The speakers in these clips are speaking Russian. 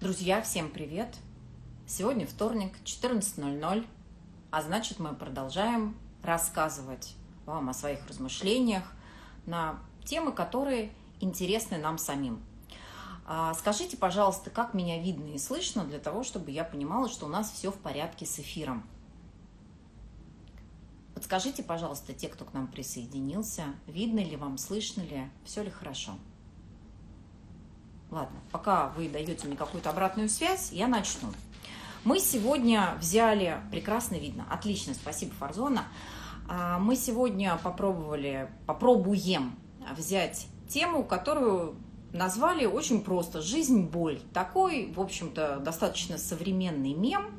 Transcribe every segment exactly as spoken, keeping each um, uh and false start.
Друзья, всем привет! Сегодня вторник, четырнадцать ноль ноль, а значит мы продолжаем рассказывать вам о своих размышлениях на темы, которые интересны нам самим. Скажите, пожалуйста, как меня видно и слышно, для того, чтобы я понимала, что у нас все в порядке с эфиром. Подскажите, пожалуйста, те, кто к нам присоединился, видно ли вам, слышно ли, все ли хорошо? Ладно, пока вы даете мне какую-то обратную связь, я начну. Мы сегодня взяли, прекрасно видно, отлично, спасибо, Фарзона. Мы сегодня попробовали, попробуем взять тему, которую назвали очень просто «Жизнь-боль». Такой, в общем-то, достаточно современный мем.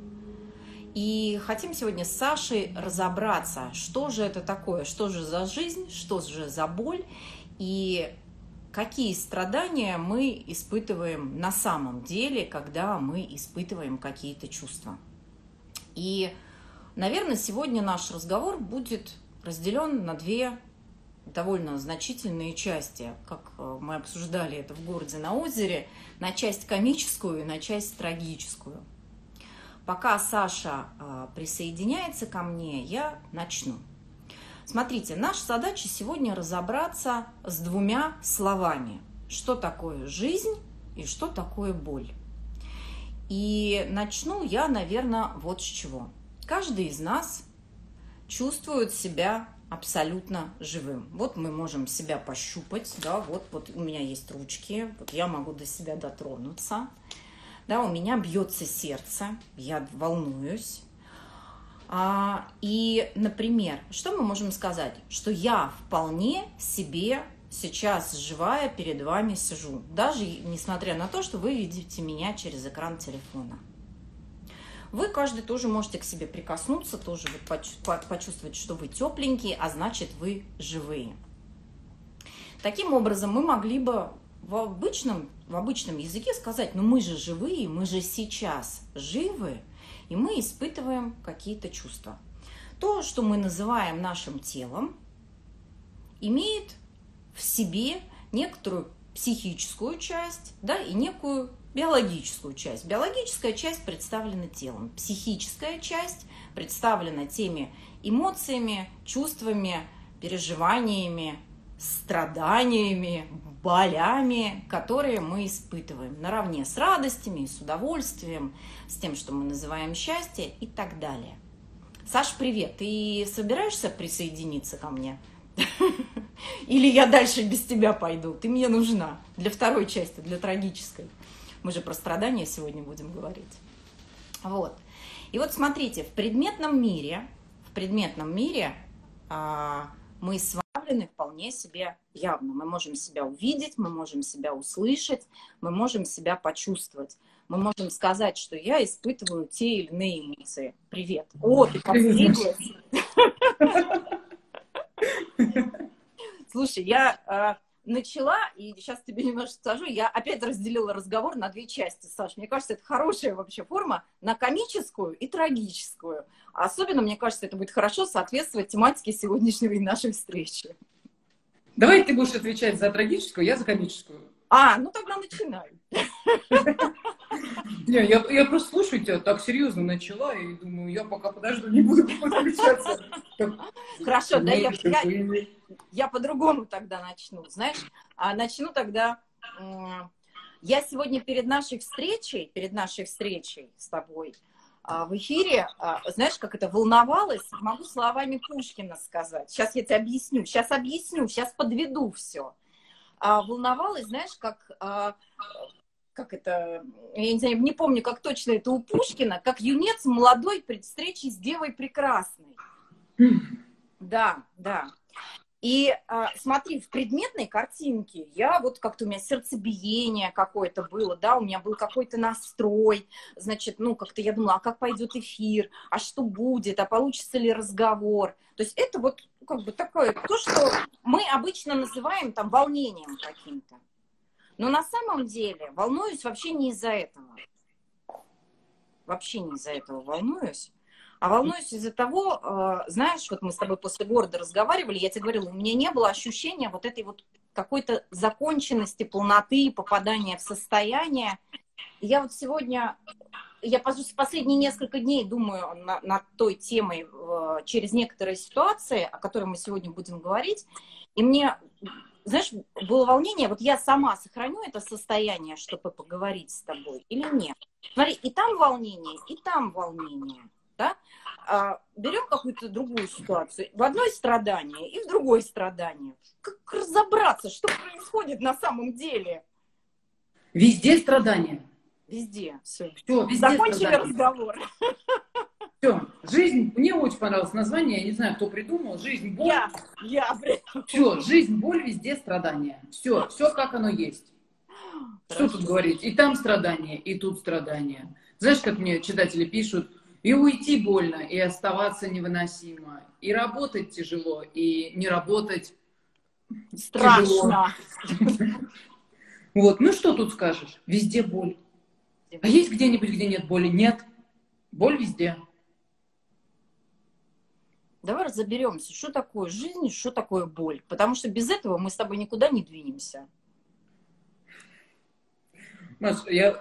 И хотим сегодня с Сашей разобраться, что же это такое, что же за жизнь, что же за боль и какие страдания мы испытываем на самом деле, когда мы испытываем какие-то чувства. И, наверное, сегодня наш разговор будет разделен на две довольно значительные части, как мы обсуждали это в «Городе на озере», на часть комическую и на часть трагическую. Пока Саша присоединяется ко мне, я начну. Смотрите, наша задача сегодня разобраться с двумя словами. Что такое жизнь и что такое боль. И начну я, наверное, вот с чего. Каждый из нас чувствует себя абсолютно живым. Вот мы можем себя пощупать, да, вот, вот у меня есть ручки, вот я могу до себя дотронуться, да, у меня бьется сердце, я волнуюсь. А, и, например, что мы можем сказать? Что я вполне себе сейчас живая перед вами сижу, даже несмотря на то, что вы видите меня через экран телефона. Вы каждый тоже можете к себе прикоснуться, тоже почувствовать, что вы тепленькие, а значит вы живые. Таким образом, мы могли бы в обычном, в обычном языке сказать, ну мы же живые, мы же сейчас живы, и мы испытываем какие-то чувства. То, что мы называем нашим телом, имеет в себе некоторую психическую часть, да, и некую биологическую часть. Биологическая часть представлена телом, психическая часть представлена теми эмоциями, чувствами, переживаниями, страданиями, болями, которые мы испытываем, наравне с радостями, с удовольствием, с тем, что мы называем счастье и так далее. Саш, привет! Ты собираешься присоединиться ко мне? Или я дальше без тебя пойду? Ты мне нужна для второй части, для трагической. Мы же про страдания сегодня будем говорить. Вот. И вот смотрите, в предметном мире, в предметном мире а, мы с вами вполне себе явно. Мы можем себя увидеть, мы можем себя услышать, мы можем себя почувствовать. Мы можем сказать, что я испытываю те или иные эмоции. Привет. О, ты подстриглась. Слушай, я э, начала, и сейчас тебе немножко скажу, я опять разделила разговор на две части, Саш. Мне кажется, это хорошая вообще форма на комическую и трагическую. А особенно, мне кажется, это будет хорошо соответствовать тематике сегодняшней нашей встречи. Давай ты будешь отвечать за трагическую, я за комическую. А, ну тогда начинай. Не, я, я просто слушаю тебя, так серьезно начала, и думаю, я пока подожду, не буду подключаться. Хорошо, да, я, я, я по-другому тогда начну. Знаешь, начну тогда... Я сегодня перед нашей встречей, перед нашей встречей с тобой в эфире, знаешь, как это, волновалась, могу словами Пушкина сказать. Сейчас я тебе объясню, сейчас объясню, сейчас подведу все. Волновалась, знаешь, как... как это, я не знаю, не помню, как точно это у Пушкина, как юнец молодой пред встречей с девой прекрасной. Да, да. И а, смотри, в предметной картинке я вот как-то у меня сердцебиение какое-то было, да, у меня был какой-то настрой, значит, ну, как-то я думала, а как пойдет эфир, а что будет, а получится ли разговор. То есть это вот как бы такое, то, что мы обычно называем там волнением каким-то. Но на самом деле волнуюсь вообще не из-за этого. Вообще не из-за этого волнуюсь. А волнуюсь из-за того, знаешь, вот мы с тобой после города разговаривали, я тебе говорила, у меня не было ощущения вот этой вот какой-то законченности, полноты, попадания в состояние, я вот сегодня, я последние несколько дней думаю на, над той темой э, через некоторые ситуации, о которой мы сегодня будем говорить, и мне, знаешь, было волнение, вот я сама сохраню это состояние, чтобы поговорить с тобой или нет. Смотри, и там волнение, и там волнение, да? А, берем какую-то другую ситуацию, в одной страдание и в другой страдание. Как разобраться, что происходит на самом деле? Везде страдания. Везде. Все. Все, везде Закончили страдания. разговор. Все. Жизнь, мне очень понравилось название, я не знаю, кто придумал. Жизнь, боль. Я, я. Все, жизнь, боль, везде страдания. Все, все как оно есть. Что Хорошо. тут говорить? И там страдания, и тут страдания. Знаешь, как мне читатели пишут, и уйти больно, и оставаться невыносимо, и работать тяжело, и не работать страшно. Тяжело. Вот, ну что тут скажешь? Везде боль. А есть где-нибудь, где нет боли? Нет. Боль везде. Давай разберемся, что такое жизнь, что такое боль. Потому что без этого мы с тобой никуда не двинемся. Маш, я...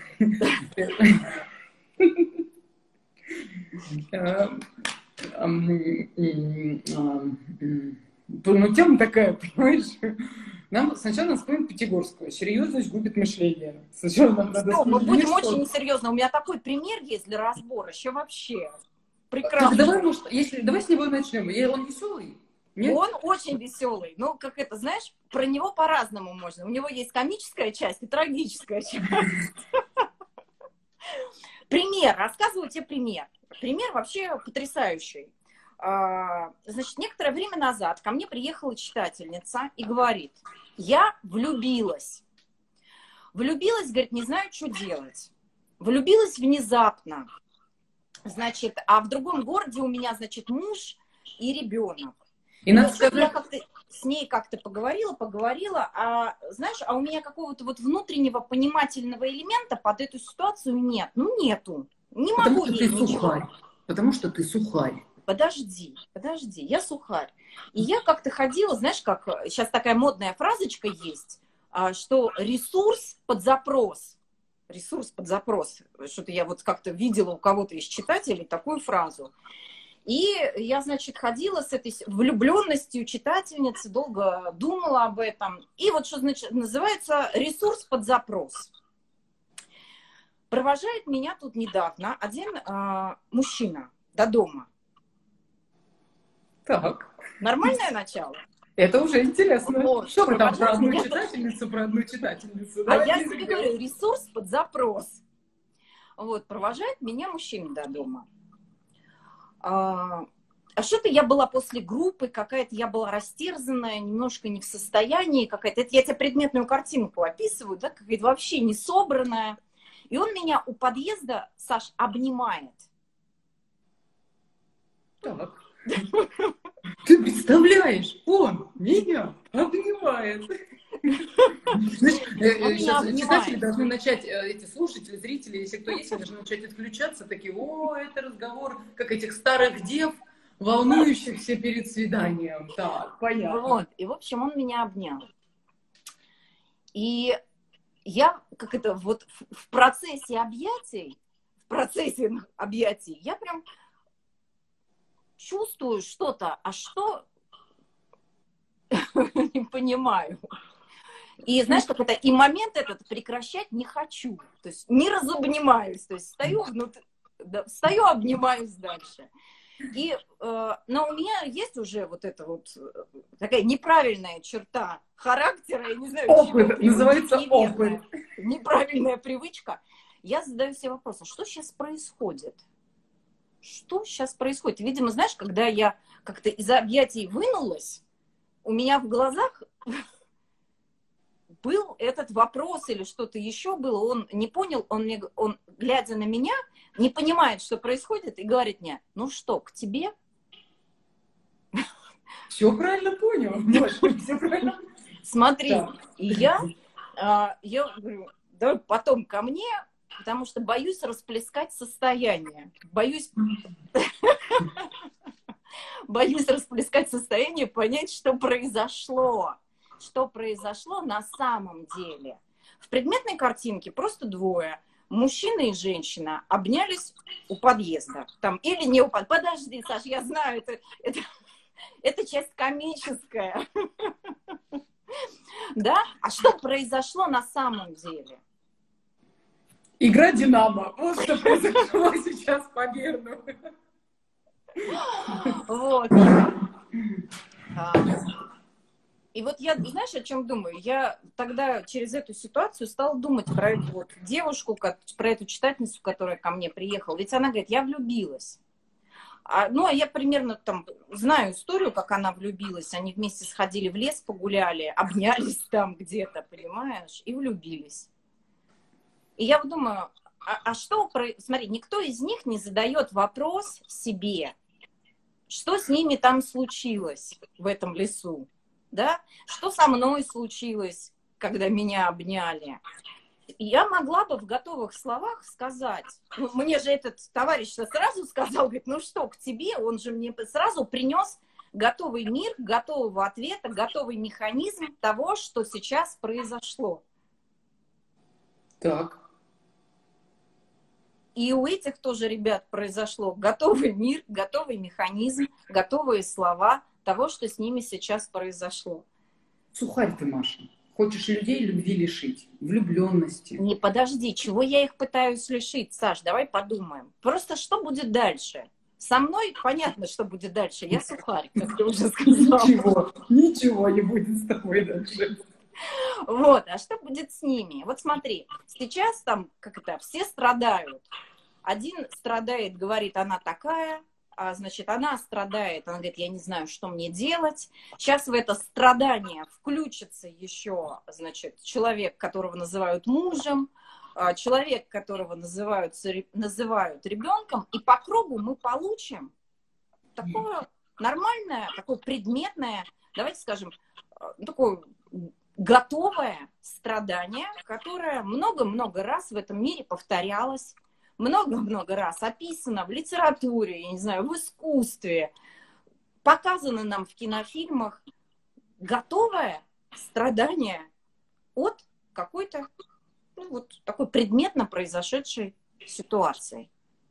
Ну, тема такая, понимаешь? Нам сначала надо вспомнить Пятигорскую. Серьезность губит мышление. Сначала нам надо Что, мы вспомнить, будем что... очень серьезно. У меня такой пример есть для разбора. Еще вообще. Так Прекрасно. давай, может, если, давай с него начнем. Я- Он веселый? Нет? Он очень веселый. Ну, как это, знаешь, про него по-разному можно. У него есть комическая часть и трагическая часть. Пример. Рассказываю тебе пример. Пример вообще потрясающий. Значит, некоторое время назад ко мне приехала читательница и говорит, я влюбилась. Влюбилась, говорит, не знаю, что делать. Влюбилась внезапно. Значит, а в другом городе у меня, значит, муж и ребенок. И надо Ну, сказать... я как-то с ней как-то поговорила, поговорила, а знаешь, а у меня какого-то вот внутреннего понимательного элемента под эту ситуацию нет. Ну, нету. Не Потому могу что ей ты ничего. сухарь. Потому что ты сухарь. Подожди, подожди, я сухарь. И я как-то ходила, знаешь, как сейчас такая модная фразочка есть, что ресурс под запрос. Ресурс под запрос. Что-то я вот как-то видела у кого-то из читателей такую фразу. И я, значит, ходила с этой влюбленностью читательницы, долго думала об этом. И вот что, значит, называется ресурс под запрос. Провожает меня тут недавно один э, мужчина до дома. Так. Нормальное начало? Это уже интересно. Вот, что вы там про одну меня... читательницу, про одну читательницу? А Давай я тебе говорю, ресурс под запрос. Вот, провожает меня мужчина до дома. А, а что-то я была после группы, какая-то я была растерзанная, немножко не в состоянии, какая-то, это я тебе предметную картинку описываю, да, какая-то вообще не собранная. И он меня у подъезда, Саш, обнимает. Так. Ты представляешь, он меня обнимает. Сейчас читатели должны начать, эти слушатели, зрители, если кто есть, должны начать отключаться, такие, о, это разговор, как этих старых дев, волнующихся перед свиданием. Так, понятно. Вот, и в общем он меня обнял. И я, как это, вот в процессе объятий, в процессе объятий, я прям чувствую что-то, а что не понимаю. И знаешь, как это, и момент этот прекращать не хочу, то есть не разобнимаюсь, то есть стою внутри, да, стою, обнимаюсь дальше. И, э, но у меня есть уже вот эта вот такая неправильная черта характера, я не знаю, опыт, называется опыт. Неправильная привычка. Я задаю себе вопрос, а что сейчас происходит? Что сейчас происходит? Видимо, знаешь, когда я как-то из объятий вынулась, у меня в глазах был этот вопрос или что-то еще было, он не понял, он, мне, он, глядя на меня, не понимает, что происходит, и говорит мне, ну что, к тебе? Все правильно понял, Маша, все правильно. Смотри, да. И я, а, я говорю, давай потом ко мне, потому что боюсь расплескать состояние, боюсь... Боюсь расплескать состояние, понять, что произошло. Что произошло на самом деле. В предметной картинке просто двое. Мужчина и женщина обнялись у подъезда. Там, или не у подъезда. Подожди, Саш, я знаю, это, это, это часть комическая. Да? А что произошло на самом деле? Игра «Динамо». Вот что произошло сейчас по Берну. Вот. И вот я, знаешь, о чем думаю? Я тогда через эту ситуацию стала думать про эту вот девушку, про эту читательницу, которая ко мне приехала. Ведь она говорит, я влюбилась. А, ну, а я примерно там знаю историю, как она влюбилась. Они вместе сходили в лес, погуляли, обнялись там где-то, понимаешь, и влюбились. И я вот думаю, а, а что... Смотри, никто из них не задает вопрос себе, что с ними там случилось в этом лесу. Да? Что со мной случилось, когда меня обняли? Я могла бы в готовых словах сказать, ну, мне же этот товарищ сразу сказал, говорит, ну что, к тебе, он же мне сразу принес готовый мир, готового ответа, готовый механизм того, что сейчас произошло. Так. И у этих тоже ребят произошло готовый мир, готовый механизм, готовые слова того, что с ними сейчас произошло. Сухарь ты, Маша. Хочешь людей любви лишить, влюбленности. Не, подожди, чего я их пытаюсь лишить, Саш, давай подумаем. Просто что будет дальше? Со мной понятно, что будет дальше. Я сухарь, как ты уже сказала. Ничего, ничего не будет с тобой дальше. Вот, а что будет с ними? Вот смотри, сейчас там, как это, все страдают. Один страдает, говорит, она такая, а, значит, она страдает, она говорит, я не знаю, что мне делать. Сейчас в это страдание включится еще, значит, человек, которого называют мужем, человек, которого называют, называют ребенком, и по кругу мы получим такое нормальное, такое предметное, давайте скажем, такое готовое страдание, которое много-много раз в этом мире повторялось, много-много раз описано в литературе, я не знаю, в искусстве, показано нам в кинофильмах, готовое страдание от какой-то, ну, вот такой предметно произошедшей ситуации.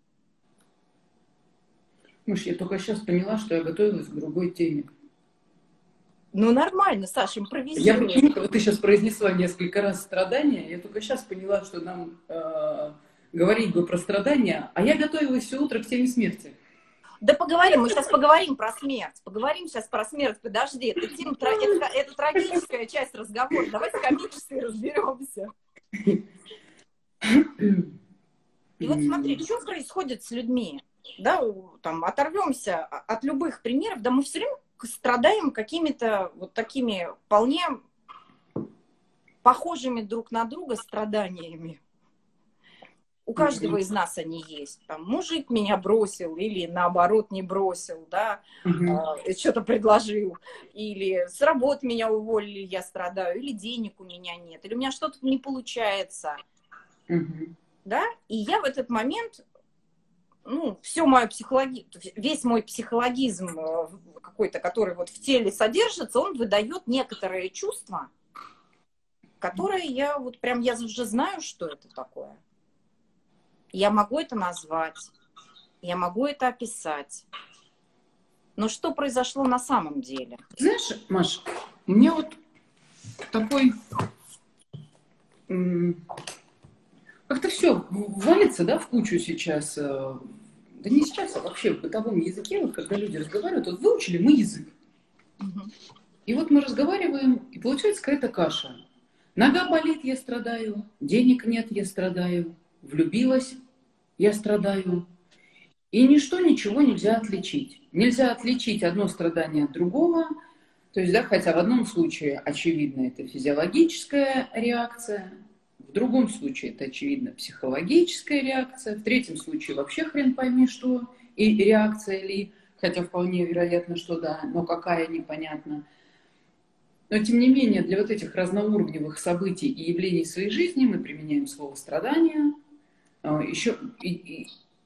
Маш, я только сейчас поняла, что я готовилась к другой теме. Ну, нормально, Саша, импровизируй. Я почему-то, вот ты сейчас произнесла несколько раз страдания, я только сейчас поняла, что нам э, говорить бы про страдания, а я готовилась все утро к теме смерти. Да поговорим, мы сейчас поговорим про смерть. Поговорим сейчас про смерть, подожди. Это, тема, это, это трагическая часть разговора. Давай с комической разберемся. И вот смотри, что происходит с людьми? Да, там, оторвемся от любых примеров, да мы все время страдаем какими-то вот такими вполне похожими друг на друга страданиями. У каждого из нас они есть. Там, мужик меня бросил или наоборот не бросил, да, uh-huh. что-то предложил. Или с работы меня уволили, я страдаю. Или денег у меня нет. Или у меня что-то не получается. Uh-huh. Да? И я в этот момент, ну, все мое психологи... весь мой психологизм какой-то, который вот в теле содержится, он выдает некоторые чувства, которые я вот прям, я уже знаю, что это такое. Я могу это назвать, я могу это описать. Но что произошло на самом деле? Знаешь, Маш, у меня вот такой... Как-то все валится, да, в кучу сейчас. Да не сейчас, а вообще в бытовом языке, вот когда люди разговаривают, вот выучили мы язык. Угу. И вот мы разговариваем, и получается какая-то каша. Нога болит, я страдаю, денег нет, я страдаю, влюбилась, я страдаю. И ничто, ничего нельзя отличить. Нельзя отличить одно страдание от другого. То есть, да, хотя в одном случае, очевидно, это физиологическая реакция, в другом случае это, очевидно, психологическая реакция, в третьем случае вообще хрен пойми, что и реакция ли, хотя вполне вероятно, что да, но какая, непонятно. Но, тем не менее, для вот этих разноуровневых событий и явлений в своей жизни мы применяем слово «страдание». Еще, и, и,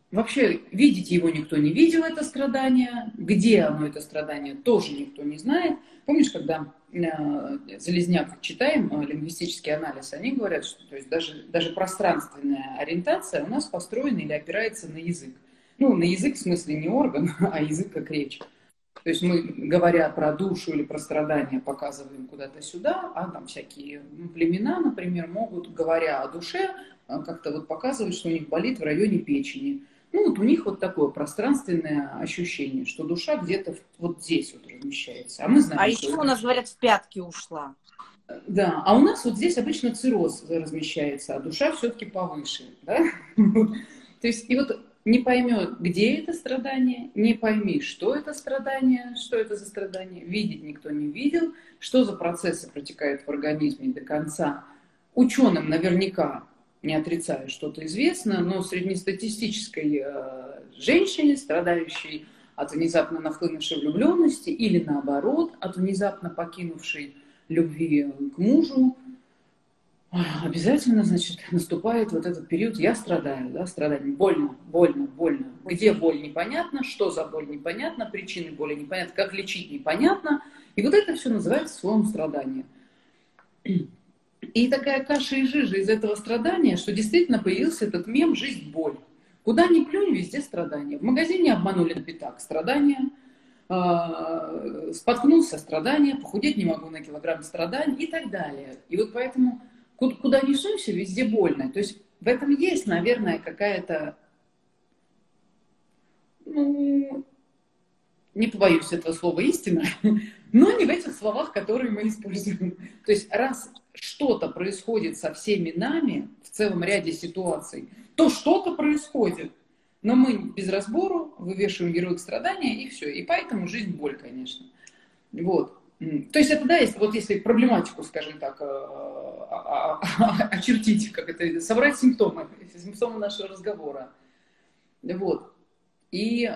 Вообще, видеть его никто не видел, это страдание. Где оно, это страдание, тоже никто не знает. Помнишь, когда э, Залезняк читаем э, лингвистический анализ, они говорят, что то есть даже, даже пространственная ориентация у нас построена или опирается на язык. Ну, на язык в смысле не орган, а язык как речь. То есть мы, говоря про душу или про страдания, показываем куда-то сюда, а там всякие племена, например, могут, говоря о душе, э, как-то вот показывать, что у них болит в районе печени. Ну, вот у них вот такое пространственное ощущение, что душа где-то вот здесь вот размещается. А мы знаем, А что еще у это... нас, говорят, в пятки ушла. Да, а у нас вот здесь обычно цирроз размещается, а душа все-таки повыше. Да? То есть, и вот не поймет, где это страдание, не пойми, что это страдание, что это за страдание, видеть никто не видел, что за процессы протекают в организме до конца. Ученым наверняка, не отрицаю, что-то известно, но среднестатистической э, женщине, страдающей от внезапно нахлынувшей влюбленности или наоборот, от внезапно покинувшей любви к мужу, обязательно, значит, наступает вот этот период «я страдаю», да, страдание, больно, больно, больно. Где боль непонятно, что за боль непонятно, причины боли непонятно, как лечить непонятно. И вот это все называется словом страдание. И такая каша и жижа из этого страдания, что действительно появился этот мем «жизнь – боль». Куда ни плюнь, везде страдания. В магазине обманули на пятак – страдания. Споткнулся – страдания. Похудеть не могу на килограмм – страдания и так далее. И вот поэтому куда ни сунься, везде больно. То есть в этом есть, наверное, какая-то, ну, не побоюсь этого слова, истина, но не в этих словах, которые мы используем. То есть раз что-то происходит со всеми нами в целом ряде ситуаций, то что-то происходит. Но мы без разбору вывешиваем ярлык страдания, и все. И поэтому жизнь боль, конечно. Вот. То есть это, да, если, вот если проблематику, скажем так, очертить, как это, собрать симптомы, симптомы нашего разговора. Вот. И,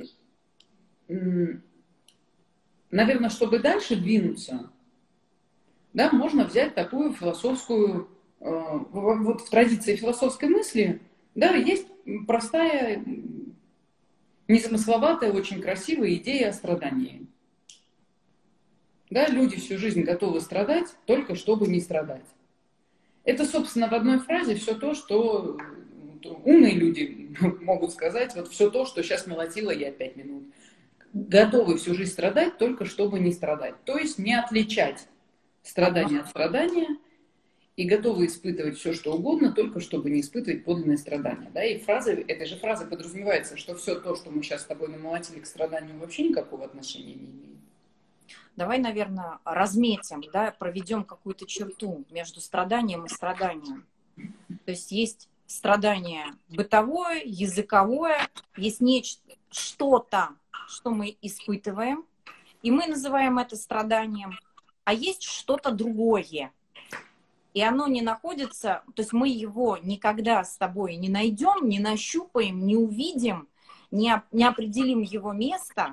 наверное, чтобы дальше двинуться, да, можно взять такую философскую, вот в традиции философской мысли, да, есть простая, незамысловатая, очень красивая идея о страдании. Да, люди всю жизнь готовы страдать, только чтобы не страдать. Это, собственно, в одной фразе все то, что умные люди могут сказать, вот все то, что сейчас молотила я пять минут. Готовы всю жизнь страдать, только чтобы не страдать. То есть не отличать страдания от страдания и готовы испытывать все, что угодно, только чтобы не испытывать подлинное страдание. Да? И фраза, этой же фразы подразумевается, что все то, что мы сейчас с тобой намолотили к страданию, вообще никакого отношения не имеет. Давай, наверное, разметим, да, проведем какую-то черту между страданием и страданием. То есть есть страдание бытовое, языковое, есть нечто, что-то, что мы испытываем, и мы называем это страданием, а есть что-то другое. И оно не находится, то есть мы его никогда с тобой не найдем, не нащупаем, не увидим, не, не определим его место.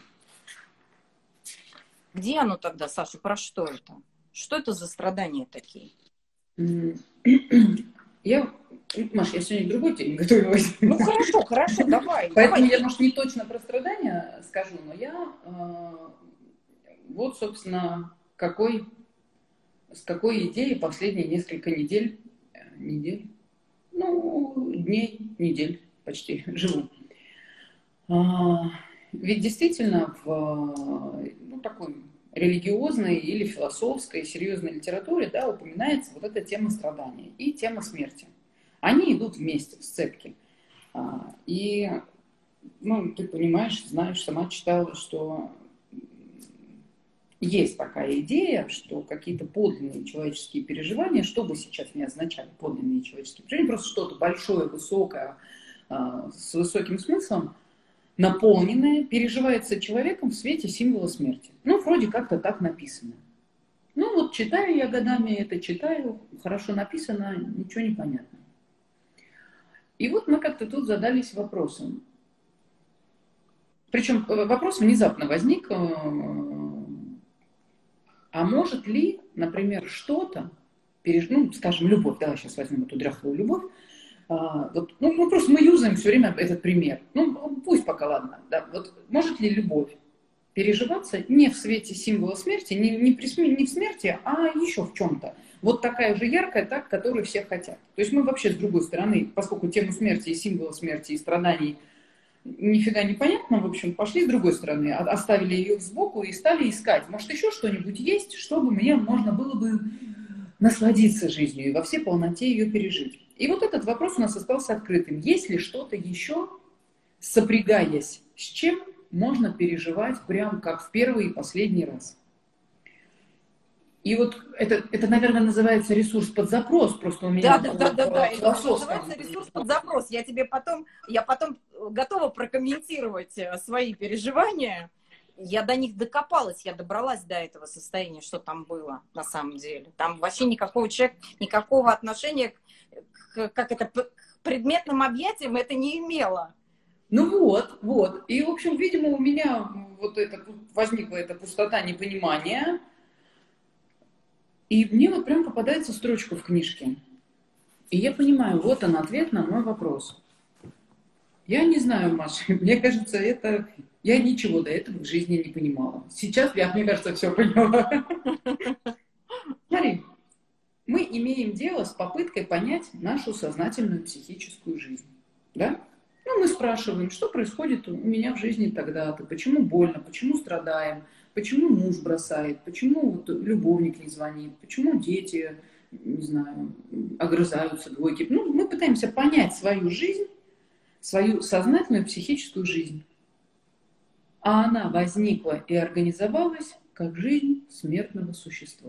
Где оно тогда, Саша, про что это? Что это за страдания такие? Я, Маш, я сегодня к другой теме готовилась. Ну хорошо, хорошо, давай. Поэтому давай. я, может, не точно про страдания скажу, но я э, вот, собственно, какой, с какой идеей последние несколько недель, недель, ну, дней, недель почти живу. А, ведь действительно в ну, такой религиозной или философской, серьезной литературе, да, упоминается вот эта тема страдания и тема смерти. Они идут вместе, в сцепке. А, и, ну, ты понимаешь, знаешь, сама читала, что есть такая идея, что какие-то подлинные человеческие переживания, что бы сейчас не означали подлинные человеческие переживания, просто что-то большое, высокое, а, с высоким смыслом, наполненное, переживается человеком в свете символа смерти. Ну, вроде как-то так написано. Ну, вот читаю я годами это, читаю, хорошо написано, ничего не понятно. И вот мы как-то тут задались вопросом. Причем вопрос внезапно возник, а может ли, например, что-то, переж... ну, скажем, любовь, давай сейчас возьмем эту дряхлую любовь, А, вот, ну, мы просто мы юзаем все время этот пример. Ну, пусть пока, ладно. Да. Вот может ли любовь переживаться не в свете символа смерти, не, не, при, сме- не в смерти, а еще в чем-то? Вот такая же яркая, так, которую все хотят. То есть мы вообще с другой стороны, поскольку тему смерти и символа смерти и страданий нифига не понятно, в общем, пошли с другой стороны, оставили ее сбоку и стали искать. Может, еще что-нибудь есть, чтобы мне можно было бы насладиться жизнью и во всей полноте ее пережить. И вот этот вопрос у нас остался открытым. Есть ли что-то еще, сопрягаясь с чем можно переживать прям как в первый и последний раз? И вот это, это, наверное, называется ресурс под запрос, просто у меня Да, да, да, да, да. Это философском. называется ресурс под запрос. Я тебе потом, я потом готова прокомментировать свои переживания. Я до них докопалась, я добралась до этого состояния, что там было на самом деле. Там вообще никакого человека, никакого отношения к, как это, к предметным объятиям это не имело. Ну вот, вот. И, в общем, видимо, у меня вот это, возникла эта пустота непонимания. И мне вот прям попадается строчка в книжке. И я понимаю, вот он ответ на мой вопрос. Я не знаю, Маша, мне кажется, это... Я ничего до этого в жизни не понимала. Сейчас я, мне кажется, все поняла. Смотри, мы имеем дело с попыткой понять нашу сознательную психическую жизнь. Да? Ну, мы спрашиваем, что происходит у меня в жизни тогда-то, почему больно, почему страдаем, почему муж бросает, почему вот любовник не звонит, почему дети, не знаю, огрызаются, двойки. Ну, мы пытаемся понять свою жизнь, свою сознательную психическую жизнь. А она возникла и организовалась как жизнь смертного существа.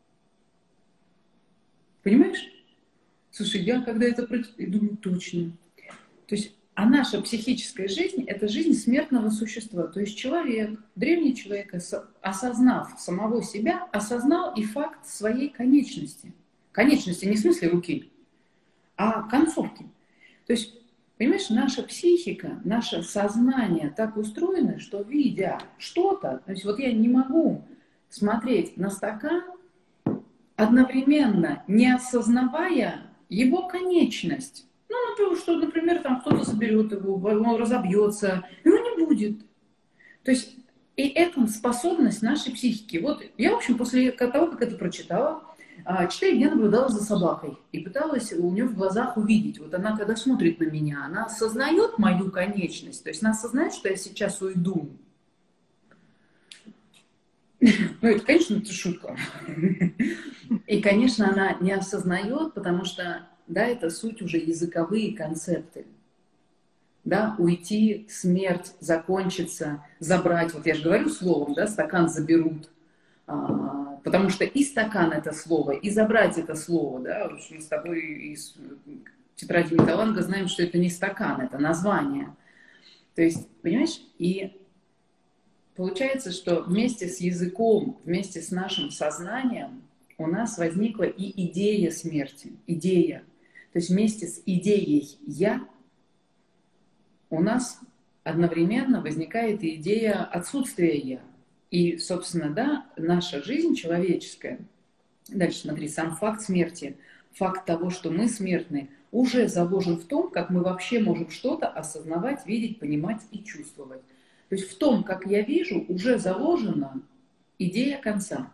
Понимаешь? Слушай, я когда это прочитала, думаю, точно. То есть, а наша психическая жизнь – это жизнь смертного существа. То есть человек, древний человек, осознав самого себя, осознал и факт своей конечности. Конечности не в смысле руки, а концовки. То есть, понимаешь, наша психика, наше сознание так устроено, что видя что-то, то есть вот я не могу смотреть на стакан, одновременно не осознавая его конечность. Ну, например, что, например, там кто-то заберет его, он разобьется, его не будет. То есть, и это способность нашей психики. Вот я, в общем, после того, как это прочитала, четыре дня наблюдала за собакой и пыталась у нее в глазах увидеть. Вот она, когда смотрит на меня, она осознает мою конечность, то есть она осознает, что я сейчас уйду. Ну, это, конечно, это шутка. И, конечно, она не осознает, потому что, да, это суть уже языковые концепты. Да, уйти, смерть, закончиться, забрать. Вот я же говорю словом, да, стакан заберут. А, потому что и стакан это слово, и забрать это слово, да, мы с тобой из тетради Металланга знаем, что это не стакан, это название. То есть, понимаешь, и получается, что вместе с языком, вместе с нашим сознанием у нас возникла и идея смерти, идея. То есть вместе с идеей «я» у нас одновременно возникает и идея отсутствия «я». И, собственно, да, наша жизнь человеческая, дальше смотри, сам факт смерти, факт того, что мы смертны, уже заложен в том, как мы вообще можем что-то осознавать, видеть, понимать и чувствовать. То есть в том, как я вижу, уже заложена идея конца.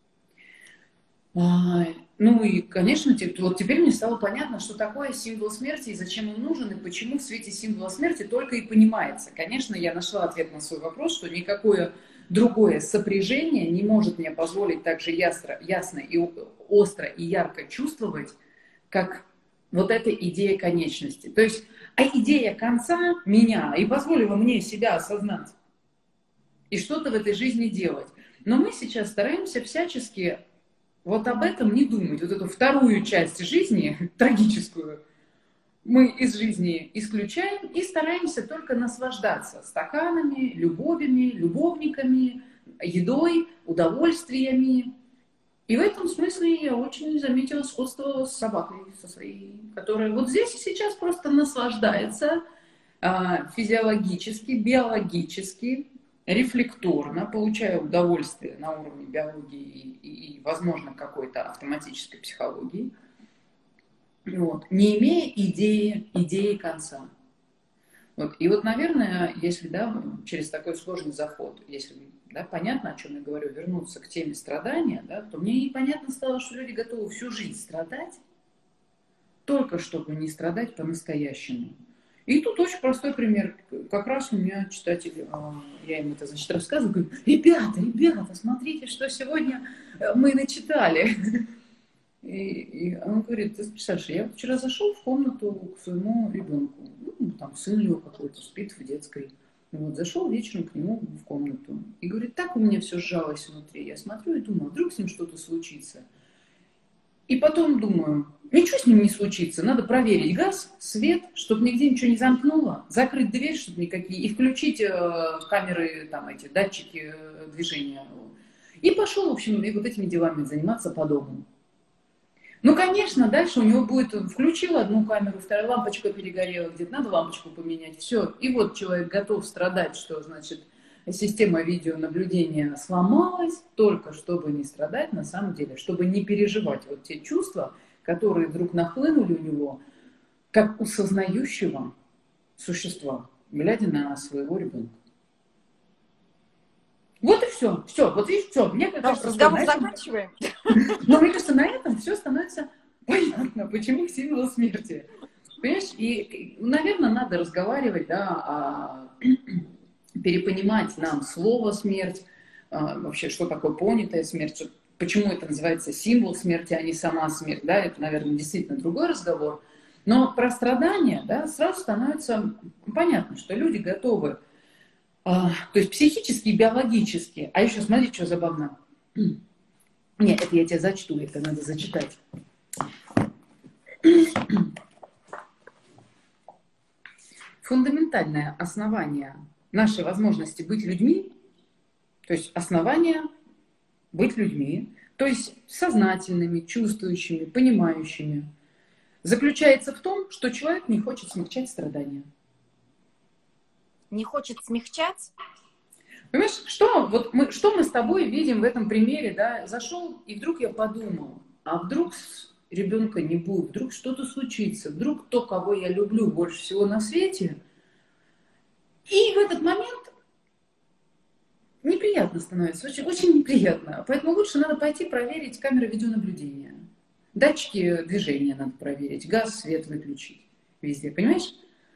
А, ну и, конечно, вот теперь мне стало понятно, что такое символ смерти и зачем он нужен, и почему в свете символа смерти только и понимается. Конечно, я нашла ответ на свой вопрос, что никакое другое сопряжение не может мне позволить так же ясно, ясно и остро и ярко чувствовать, как вот эта идея конечности. То есть, а идея конца меня и позволила мне себя осознать и что-то в этой жизни делать. Но мы сейчас стараемся всячески вот об этом не думать. Вот эту вторую часть жизни, трагическую, мы из жизни исключаем и стараемся только наслаждаться стаканами, любовями, любовниками, едой, удовольствиями. И в этом смысле я очень заметила сходство с собакой, со своей, которая вот здесь и сейчас просто наслаждается а, физиологически, биологически, рефлекторно, получая удовольствие на уровне биологии и, и, и возможно, какой-то автоматической психологии. вот, не имея идеи, идеи конца. Вот. И вот, наверное, если, да, через такой сложный заход, если, да, понятно, о чем я говорю, вернуться к теме страдания, да, то мне и понятно стало, что люди готовы всю жизнь страдать, только чтобы не страдать по-настоящему. И тут очень простой пример. Как раз у меня читатель, я им это, значит, рассказываю, говорю: ребята, ребята, смотрите, что сегодня мы начитали. И, и он говорит: ты Саша, я вчера зашел в комнату к своему ребенку, ну, там сын его какой-то спит в детской. Вот, зашел вечером к нему в комнату. И говорит: так у меня все сжалось внутри. Я смотрю и думаю, вдруг с ним что-то случится. И потом думаю, ничего с ним не случится, надо проверить газ, свет, чтобы нигде ничего не замкнуло, закрыть дверь, чтобы никакие, и включить э, камеры, там эти датчики э, движения. И пошел, в общем, и вот этими делами заниматься по дому. Ну, конечно, дальше у него будет, включил одну камеру, вторая лампочка перегорела, где-то надо лампочку поменять, все. И вот человек готов страдать, что, значит, система видеонаблюдения сломалась, только чтобы не страдать на самом деле, чтобы не переживать вот те чувства, которые вдруг нахлынули у него, как у сознающего существа, глядя на своего ребенка. Вот и все. Все, вот видишь, все. Мне кажется, разговор этом... заканчиваем. Но мне кажется, на этом все становится понятно, почему символ смерти. Понимаешь? И, наверное, надо разговаривать, да, о... перепонимать нам слово смерть, вообще, что такое понятая смерть, почему это называется символ смерти, а не сама смерть. Да, это, наверное, действительно другой разговор. Но про страдания, да, сразу становится понятно, что люди готовы. А, то есть психически и биологически. А еще смотри, что забавно. Нет, это я тебе зачту, это надо зачитать. Фундаментальное основание нашей возможности быть людьми, то есть основание быть людьми, то есть сознательными, чувствующими, понимающими, заключается в том, что человек не хочет смягчать страдания. Не хочет смягчать? Понимаешь, что, вот мы, что мы с тобой видим в этом примере, да? Зашел, и вдруг я подумал, а вдруг ребенка не будет, вдруг что-то случится, вдруг то, кого я люблю больше всего на свете. И в этот момент неприятно становится, очень, очень неприятно. Поэтому лучше надо пойти проверить камеры видеонаблюдения. Датчики движения надо проверить, газ, свет выключить везде, понимаешь?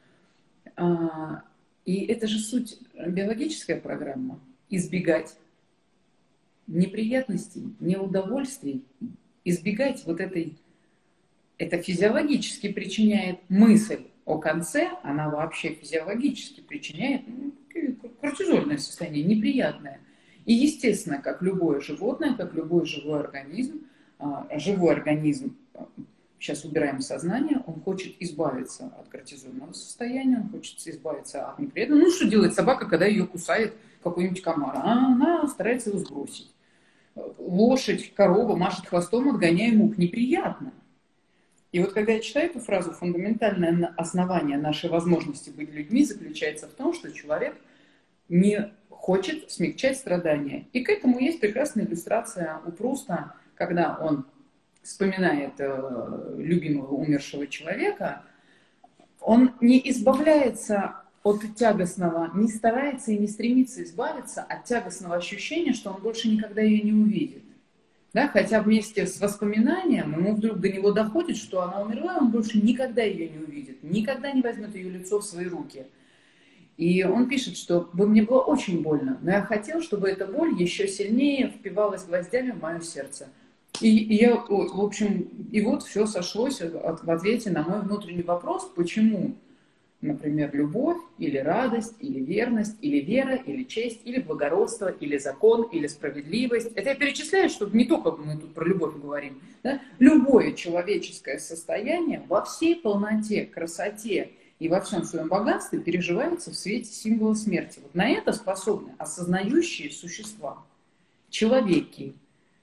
И это же суть биологическая программа. Избегать неприятностей, неудовольствий, избегать вот этой... Это физиологически причиняет мысль о конце, она вообще физиологически причиняет ну, кортизольное состояние, неприятное. И естественно, как любое животное, как любой живой организм, живой организм, сейчас убираем сознание, он хочет избавиться от кортизольного состояния, он хочет избавиться от неприятного. Ну, что делает собака, когда ее кусает какой-нибудь комар? А она старается его сбросить. Лошадь, корова машет хвостом, отгоняя мух. Неприятно. И вот когда я читаю эту фразу, фундаментальное основание нашей возможности быть людьми заключается в том, что человек не хочет смягчать страдания. И к этому есть прекрасная иллюстрация у Пруста, когда он вспоминает э, любимого умершего человека, он не избавляется от тягостного, не старается и не стремится избавиться от тягостного ощущения, что он больше никогда ее не увидит. Да? Хотя вместе с воспоминанием ему вдруг до него доходит, что она умерла, он больше никогда ее не увидит, никогда не возьмет ее лицо в свои руки. И он пишет, что мне было очень больно, но я хотел, чтобы эта боль еще сильнее впивалась гвоздями в мое сердце. И, и я, в общем, и вот все сошлось в ответе на мой внутренний вопрос, почему, например, любовь, или радость, или верность, или вера, или честь, или благородство, или закон, или справедливость. Это я перечисляю, чтобы не только мы тут про любовь говорим. Да? Любое человеческое состояние во всей полноте, красоте и во всем своем богатстве переживается в свете символа смерти. Вот на это способны осознающие существа, человеки.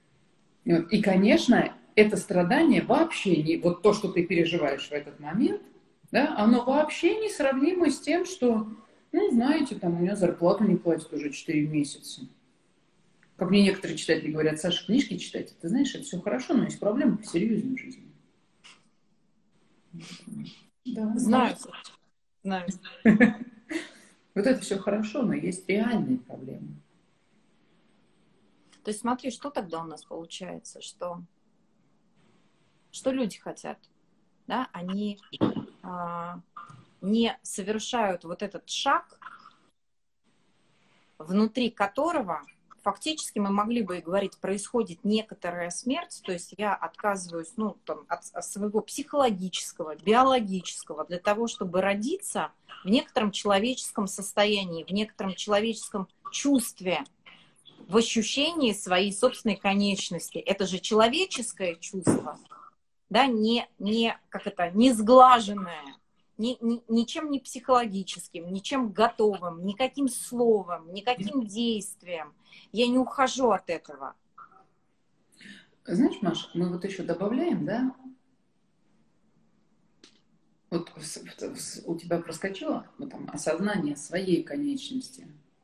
И, конечно, это страдание вообще не... Вот то, что ты переживаешь в этот момент, да, оно вообще не сравнимо с тем, что, ну, знаете, там у меня зарплату не платят уже четыре месяца. Как мне некоторые читатели говорят: Саша, книжки читать, ты знаешь, это все хорошо, но есть проблемы посерьезнее в жизни. Да, Знаю, может. знаю. Вот это все хорошо, но есть реальные проблемы. То есть смотри, что тогда у нас получается, что, что люди хотят, да, они а, не совершают вот этот шаг, внутри которого фактически мы могли бы и говорить, происходит некоторая смерть, то есть я отказываюсь, ну, там, от, от своего психологического, биологического, для того, чтобы родиться в некотором человеческом состоянии, в некотором человеческом чувстве, в ощущении своей собственной конечности. Это же человеческое чувство, да, не, не, как это, не сглаженное, ни, ни, ничем не психологическим, ничем готовым, никаким словом, никаким действием. Я не ухожу от этого. Знаешь, Маш, мы вот еще добавляем, да, вот у тебя проскочило вот там, осознание своей конечности.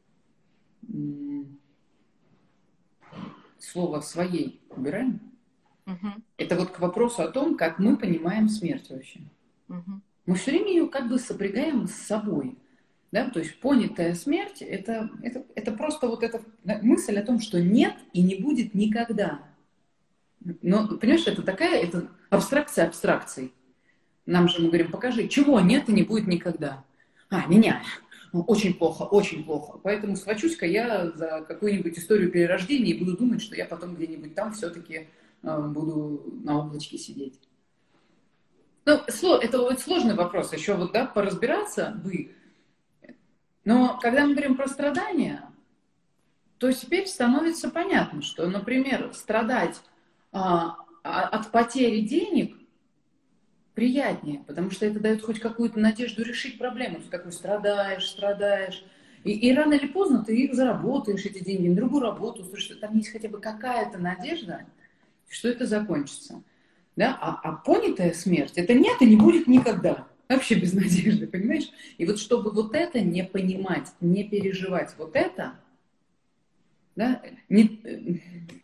Слово «своей» убираем. Угу. Это вот к вопросу о том, как мы понимаем смерть вообще. Угу. Мы все время ее как бы сопрягаем с собой. Да? То есть понятая смерть это, это, это просто вот эта мысль о том, что нет и не будет никогда. Но, понимаешь, это такая это абстракция абстракций. Нам же мы говорим, покажи, чего нет и не будет никогда. А, меня. Очень плохо, очень плохо. Поэтому схвачусь-ка я за какую-нибудь историю перерождения и буду думать, что я потом где-нибудь там все-таки э, буду на облачке сидеть. Ну, это вот сложный вопрос, еще вот, да, поразбираться бы. Но когда мы говорим про страдания, то теперь становится понятно, что, например, страдать а, от потери денег приятнее, потому что это дает хоть какую-то надежду решить проблему. Ты такой страдаешь, страдаешь. И, и рано или поздно ты их заработаешь, эти деньги, на другую работу, слушай, что там есть хотя бы какая-то надежда, что это закончится. Да? А, а понятая смерть, это нет и не будет никогда. Вообще без надежды, понимаешь? И вот чтобы вот это не понимать, не переживать вот это, да, не,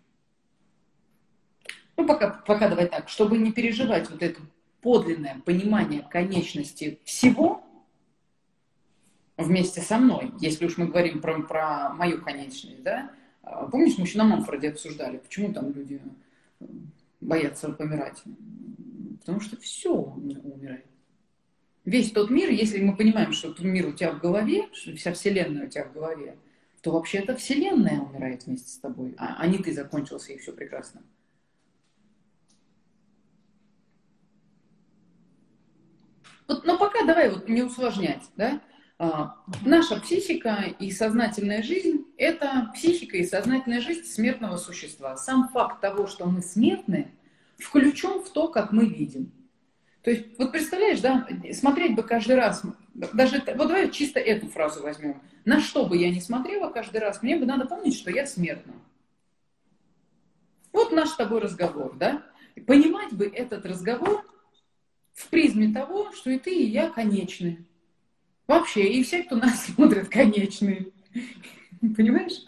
ну пока, пока давай так, чтобы не переживать вот это подлинное понимание конечности всего вместе со мной, если уж мы говорим про, про мою конечность, да? Помнишь, мы еще на Мамфорде обсуждали, почему там люди боятся помирать? Потому что все умирает. Весь тот мир, если мы понимаем, что тот мир у тебя в голове, что вся Вселенная у тебя в голове, то вообще эта Вселенная умирает вместе с тобой, а, а не ты закончился, и все прекрасно. Вот, но пока давай вот не усложнять, да? А, наша психика и сознательная жизнь – это психика и сознательная жизнь смертного существа. Сам факт того, что мы смертны, включен в то, как мы видим. То есть, вот представляешь, да, смотреть бы каждый раз, даже, вот давай чисто эту фразу возьмем. На что бы я ни смотрела каждый раз, мне бы надо помнить, что я смертна. Вот наш с тобой разговор, да? Понимать бы этот разговор в призме того, что и ты, и я конечны. Вообще, и все, кто нас смотрит, конечны. Понимаешь?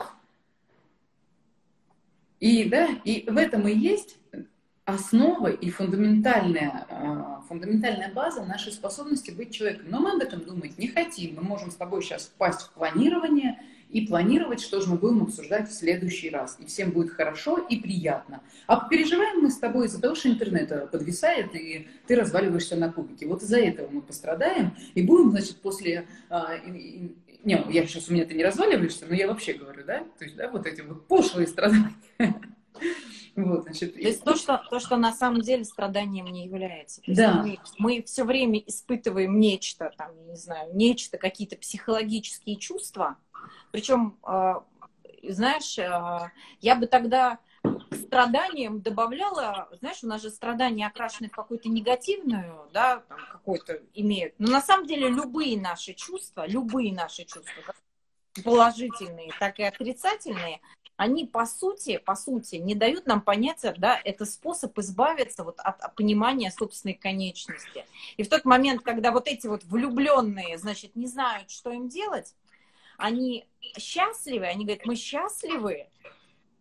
И, да, и в этом и есть основа и фундаментальная, фундаментальная база нашей способности быть человеком. Но мы об этом думать не хотим. Мы можем с тобой сейчас впасть в планирование и планировать, что же мы будем обсуждать в следующий раз. И всем будет хорошо и приятно. А переживаем мы с тобой из-за того, что интернет подвисает, и ты разваливаешься на кубики. Вот из-за этого мы пострадаем, и будем, значит, после... Не, я сейчас у меня ты не разваливаешься, но я вообще говорю, да? То есть, да, вот эти вот пошлые страдания. Вот, значит, то есть то что, то, что на самом деле страданием не является. То да. мы, мы все время испытываем нечто, там, я не знаю, нечто, какие-то психологические чувства. Причем, э, знаешь, э, я бы тогда к страданиям добавляла, знаешь, у нас же страдания окрашены в какую-то негативную, да, там, какой-то имеют. Но на самом деле любые наши чувства, любые наши чувства, как положительные, так и отрицательные, они по сути, по сути не дают нам понятия, да, это способ избавиться вот от, от понимания собственной конечности. И в тот момент, когда вот эти вот влюбленные, значит, не знают, что им делать, они счастливы, они говорят, мы счастливы,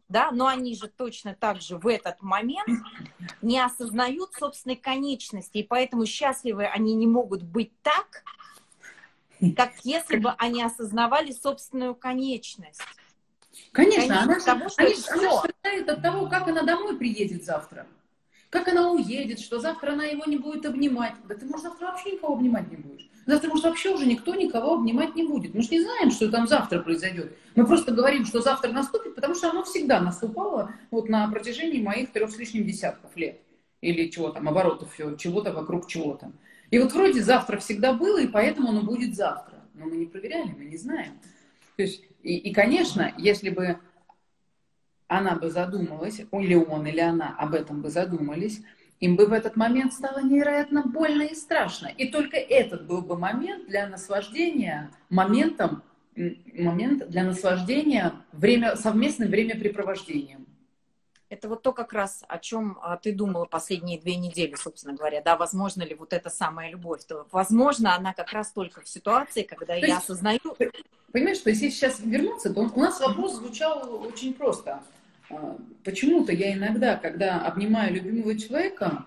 да, но они же точно так же в этот момент не осознают собственной конечности, и поэтому счастливы они не могут быть так, как если бы они осознавали собственную конечность. Конечно, она, того, что они, это она все. страдает от того, как она домой приедет завтра. Как она уедет, что завтра она его не будет обнимать. Да ты, может, завтра вообще никого обнимать не будешь. Завтра, может, вообще уже никто никого обнимать не будет. Мы же не знаем, что там завтра произойдет. Мы просто говорим, что завтра наступит, потому что оно всегда наступало вот на протяжении моих трех с лишним десятков лет. Или чего там, оборотов, чего-то вокруг чего-то. И вот вроде завтра всегда было, и поэтому оно будет завтра. Но мы не проверяли, мы не знаем. То есть, и, и, конечно, если бы она бы задумалась, или он, или она об этом бы задумались, им бы в этот момент стало невероятно больно и страшно. И только этот был бы момент для наслаждения, моментом, момент для наслаждения время, совместным времяпрепровождением. Это вот то как раз, о чем а, ты думала последние две недели, собственно говоря, да, возможно ли вот эта самая любовь, то, возможно, она как раз только в ситуации, когда то я есть, осознаю... Понимаешь, что если сейчас вернуться, то у нас вопрос звучал очень просто. Почему-то я иногда, когда обнимаю любимого человека,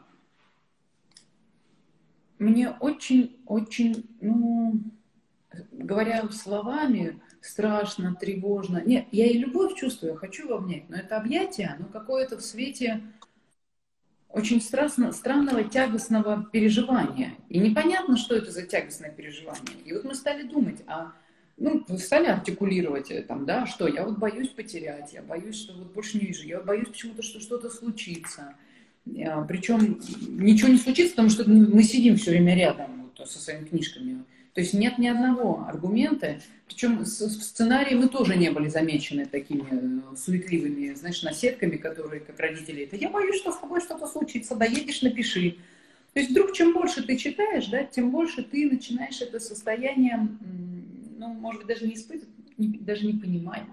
мне очень-очень, ну, говоря словами, страшно, тревожно. Нет, я и любовь чувствую, я хочу его обнять, но это объятие, оно какое-то в свете очень страстно, странного, тягостного переживания. И непонятно, что это за тягостное переживание. И вот мы стали думать, а ну, стали артикулировать там, да, что я вот боюсь потерять, я боюсь, что вот больше не вижу, я боюсь почему-то, что что-то случится. Причем ничего не случится, потому что мы сидим все время рядом вот, со своими книжками. То есть нет ни одного аргумента. Причем в сценарии мы тоже не были замечены такими суетливыми, знаешь, наседками, которые, как родители, это я боюсь, что с тобой что-то случится, доедешь, напиши. То есть вдруг чем больше ты читаешь, да, тем больше ты начинаешь это состояние, ну, может быть, даже не испытывать, даже не понимать.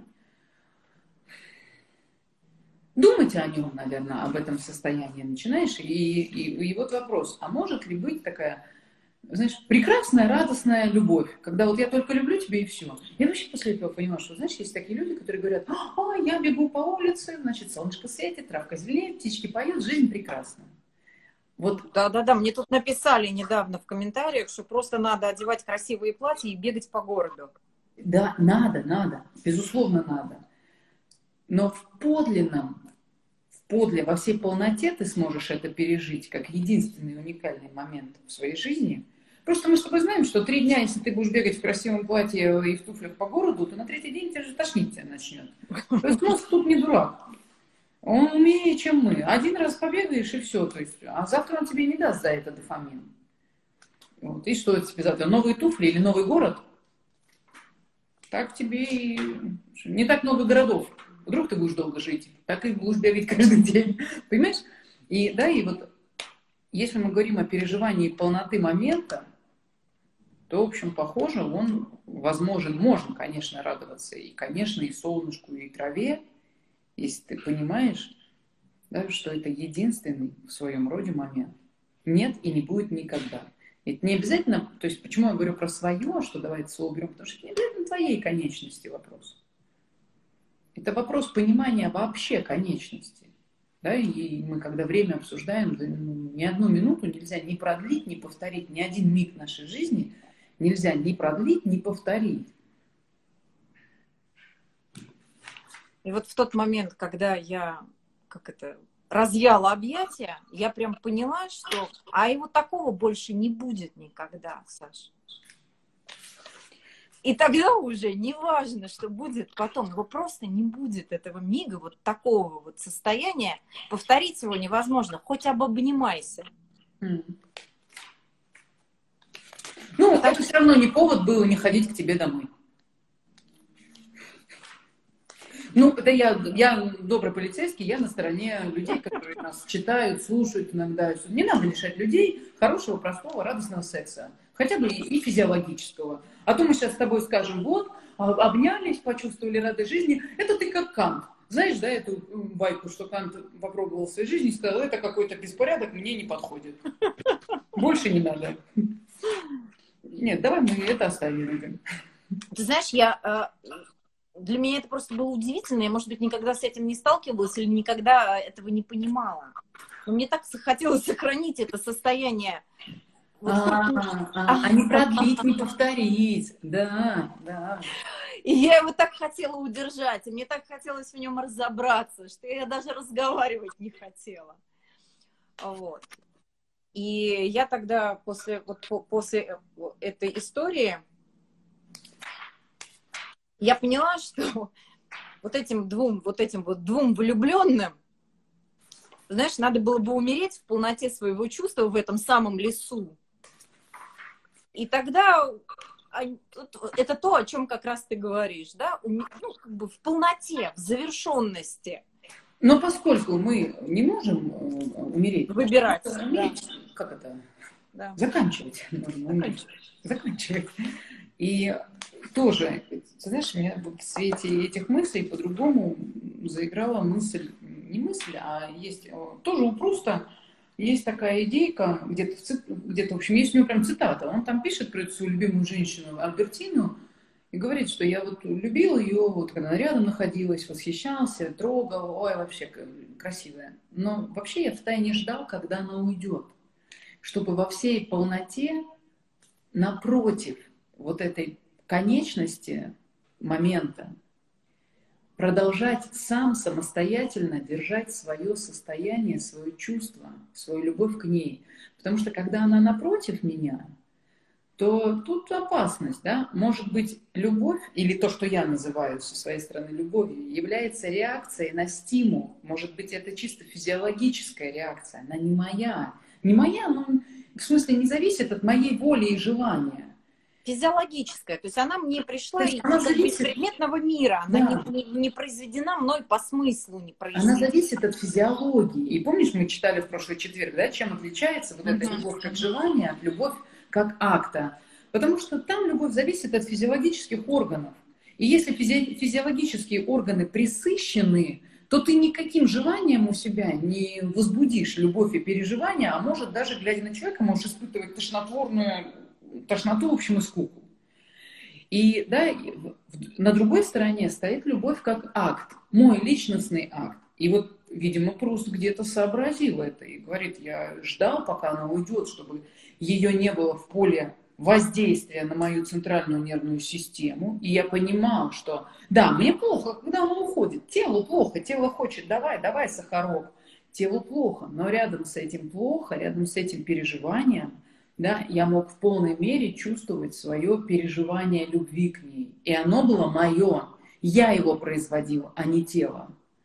Думать о нем, наверное, об этом состоянии начинаешь. И, и, и вот вопрос, а может ли быть такая, знаешь, прекрасная, радостная любовь, когда вот я только люблю тебя и все. Я вообще после этого понимаю, что, знаешь, есть такие люди, которые говорят, а, я бегу по улице, значит, солнышко светит, травка зеленеет, птички поют, жизнь прекрасна. Вот. Да-да-да, мне тут написали недавно в комментариях, что просто надо одевать красивые платья и бегать по городу. Да, надо, надо, безусловно, надо. Но в подлинном, в подле, во всей полноте ты сможешь это пережить как единственный уникальный момент в своей жизни. Просто мы с тобой знаем, что три дня, если ты будешь бегать в красивом платье и в туфлях по городу, то на третий день тебя же тошнить тебя начнет. То есть мозг тут не дурак. Он умнее, чем мы. Один раз побегаешь и все. То есть, а завтра он тебе не даст за это дофамин. Вот. И что тебе завтра? Новые туфли или новый город? Так тебе и... Не так много городов. Вдруг ты будешь долго жить, так и будешь бегать каждый день. Понимаешь? И, да, и вот если мы говорим о переживании полноты момента, то, в общем, похоже, он возможен, можно, конечно, радоваться и, конечно, и солнышку, и траве, если ты понимаешь, да, что это единственный в своем роде момент. Нет и не будет никогда. Это не обязательно, то есть почему я говорю про свое, что давай это слово берем, потому что это не обязательно твоей конечности вопрос. Это вопрос понимания вообще конечности. Да, и мы, когда время обсуждаем, ни одну минуту нельзя ни продлить, ни повторить, ни один миг нашей жизни нельзя ни продлить, ни повторить. И вот в тот момент, когда я, как это, разъяла объятия, я прям поняла, что, а его такого больше не будет никогда, Саша. И тогда уже не важно, что будет потом, его просто не будет этого мига, вот такого вот состояния, повторить его невозможно, хоть обобнимайся. Mm. Ну, так это все равно не повод было не ходить к тебе домой. Ну, это я, я добрый полицейский, я на стороне людей, которые нас читают, слушают иногда. Не надо лишать людей хорошего, простого, радостного секса. Хотя бы и, и физиологического. А то мы сейчас с тобой скажем, вот, обнялись, почувствовали радость жизни. Это ты как Кант. Знаешь, да, эту байку, что Кант попробовал в своей жизни и сказал, это какой-то беспорядок, мне не подходит. Больше не надо. Нет, давай мы это оставим. Ты знаешь, я... для меня это просто было удивительно. Я, может быть, никогда с этим не сталкивалась или никогда этого не понимала. Но мне так хотелось сохранить это состояние. Вот а, хоть... а, а, а не продлить, не повторить. Да, да. И я его так хотела удержать, и мне так хотелось в нем разобраться, что я даже разговаривать не хотела. Вот. И я тогда после, вот, после этой истории я поняла, что вот этим двум, вот этим вот двум влюбленным, знаешь, надо было бы умереть в полноте своего чувства в этом самом лесу. И тогда это то, о чем как раз ты говоришь, да, ну, как бы в полноте, в завершенности. Но поскольку мы не можем умереть, выбирать, умереть, да. Как это? Да. Заканчивать. Заканчивать. Заканчивать. И тоже, ты знаешь, у меня в свете этих мыслей по-другому заиграла мысль, не мысль, а есть тоже у Пруста есть такая идейка, где-то, где-то, в общем, есть у него прям цитата, он там пишет про свою любимую женщину Альбертину и говорит, что я вот любил ее, вот когда она рядом находилась, восхищался, трогал, ой, вообще красивая. Но вообще я втайне ждал, когда она уйдет, чтобы во всей полноте, напротив вот этой конечности момента, продолжать сам самостоятельно держать свое состояние, свое чувство, свою любовь к ней. Потому что когда она напротив меня, то тут опасность, да? Может быть, любовь, или то, что я называю со своей стороны любовью, является реакцией на стимул. Может быть, это чисто физиологическая реакция, она не моя. Не моя, но в смысле не зависит от моей воли и желания. Физиологическая, то есть она мне пришла из зависит... предметного мира, она да. не, не, не произведена мной по смыслу, не произведена. Она зависит от физиологии. И помнишь, мы читали в прошлый четверг, да, чем отличается вот эта любовь как желание от любовь как акта. Потому что там любовь зависит от физиологических органов. И если физи физиологические органы пресыщены, то ты никаким желанием у себя не возбудишь любовь и переживания, а может даже, глядя на человека, можешь испытывать тошнотворную тошноту, в общем, и скуку. И да, на другой стороне стоит любовь как акт, мой личностный акт. И вот, видимо, Пруст где-то сообразил это и говорит, я ждал, пока она уйдет, чтобы ее не было в поле воздействия на мою центральную нервную систему. И я понимал, что да, мне плохо, когда она уходит, телу плохо, тело хочет, давай, давай, сахарок, телу плохо, но рядом с этим плохо, рядом с этим переживанием, да, я мог в полной мере чувствовать свое переживание любви к ней. И оно было мое. Я его производил, а не тело.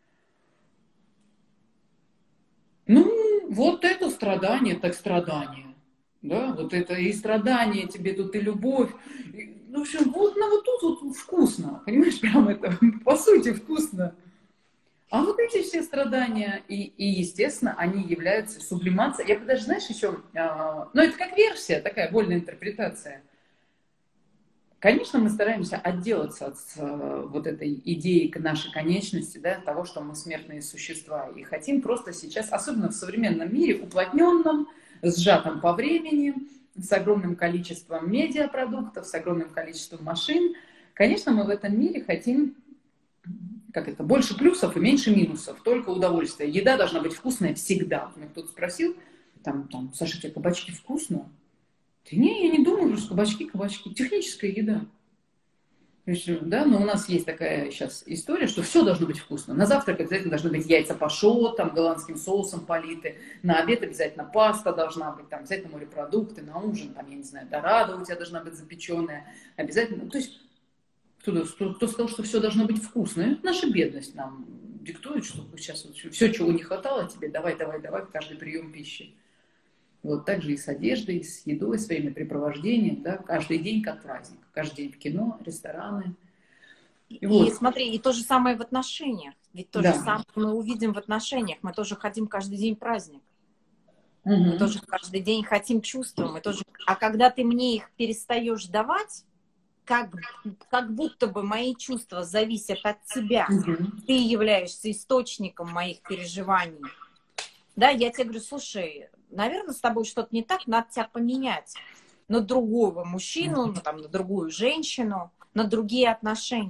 Ну, вот это страдание, так страдание. Да, вот это и страдание тебе тут, и любовь. И, ну, в общем, вот, ну, вот тут вот вкусно. Понимаешь, прям это по сути вкусно. А вот эти все страдания, и, и естественно, они являются сублимацией. Я бы даже, знаешь, еще, э, ну это как версия, такая вольная интерпретация. Конечно, мы стараемся отделаться от э, вот этой идеи к нашей конечности, да, того, что мы смертные существа. И хотим просто сейчас, особенно в современном мире, уплотненном, сжатом по времени, с огромным количеством медиапродуктов, с огромным количеством машин. Конечно, мы в этом мире хотим... Как это, больше плюсов и меньше минусов, только удовольствие. Еда должна быть вкусная всегда. Меня кто-то спросил, там, там, Саша, тебе кабачки вкусно? Да не, я не думаю, что кабачки, кабачки. Техническая еда. Да, но у нас есть такая сейчас история, что все должно быть вкусно. На завтрак обязательно должны быть яйца пашот, там, голландским соусом политы. На обед обязательно паста должна быть, там, обязательно морепродукты. На ужин, там, я не знаю, дорадо у тебя должна быть запеченная. Обязательно, то есть... Кто, кто сказал, что все должно быть вкусно? Это наша бедность нам диктует, что сейчас вот все, чего не хватало тебе, давай, давай, давай в каждый прием пищи. Вот так же и с одеждой, и с едой, с времяпрепровождением, да, каждый день как праздник. Каждый день в кино, рестораны. И, и вот. Смотри, и то же самое в отношениях. Ведь то да. же самое мы увидим в отношениях. Мы тоже хотим каждый день праздник. Угу. Мы тоже каждый день хотим чувства. Мы тоже... А когда ты мне их перестаешь давать, Как, как будто бы мои чувства зависят от тебя. Mm-hmm. Ты являешься источником моих переживаний. Да, я тебе говорю, слушай, наверное, с тобой что-то не так, надо тебя поменять на другого мужчину, mm-hmm. на, там, на другую женщину, на другие отношения.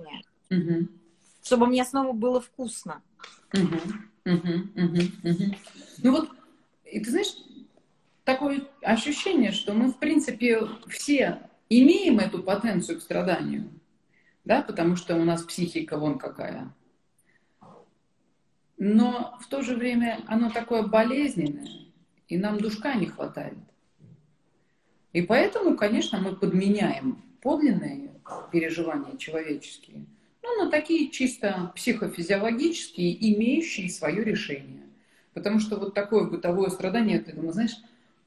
Угу. Чтобы мне снова было вкусно. Угу. Угу. Угу. Угу. Ну вот, и ты знаешь, такое ощущение, что мы, в принципе, все имеем эту потенцию к страданию, да, потому что у нас психика вон какая. Но в то же время оно такое болезненное, и нам душка не хватает. И поэтому, конечно, мы подменяем подлинные переживания человеческие, ну, на такие чисто психофизиологические, имеющие свое решение. Потому что вот такое бытовое страдание, ты думаешь, знаешь,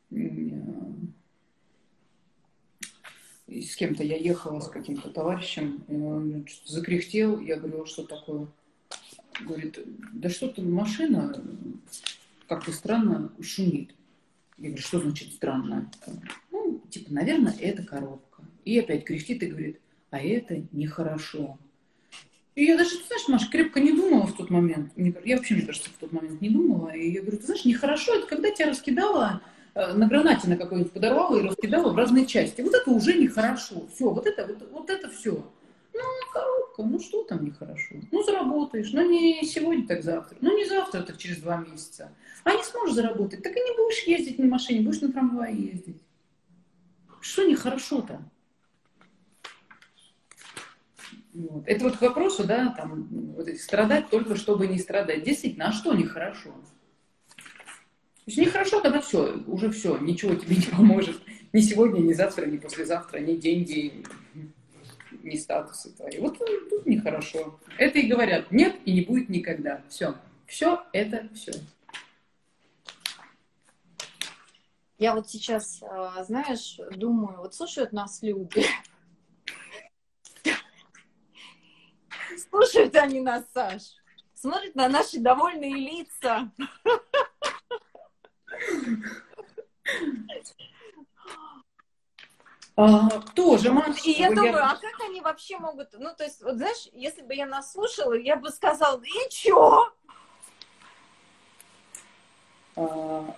с кем-то я ехала, с каким-то товарищем, и он закряхтел, я говорю, а что такое? Говорит, да что-то машина как-то странно шумит. Я говорю, что значит странно? Ну, типа, наверное, это коробка. И опять кряхтит и говорит, а это нехорошо. И я даже, ты знаешь, Маша, крепко не думала в тот момент. Я вообще, мне кажется, в тот момент не думала. И я говорю, ты знаешь, нехорошо, это когда тебя раскидала, на гранате на какой-нибудь подорвала и раскидала в разные части. Вот это уже нехорошо. Все, вот это, вот, вот это все. Ну, коробка, ну что там нехорошо? Ну, заработаешь, но не сегодня, так завтра. Ну, не завтра, так через два месяца. А не сможешь заработать, так и не будешь ездить на машине, будешь на трамвае ездить. Что нехорошо-то? Вот. Это вот к вопросу, да, там, вот, страдать только чтобы не страдать. Действительно, а что нехорошо? То есть нехорошо, когда все, уже все, ничего тебе не поможет. Ни сегодня, ни завтра, ни послезавтра, ни деньги, ни статусы твои. Вот тут нехорошо. Это и говорят, нет и не будет никогда. Все. Все это все. Я вот сейчас, знаешь, думаю, вот слушают нас люди. Слушают они нас, Саш. Смотрят на наши довольные лица. А, тоже, вот, и я думаю, я... а как они вообще могут... Ну, то есть, вот знаешь, если бы я нас слушала, я бы сказала, и чё? А...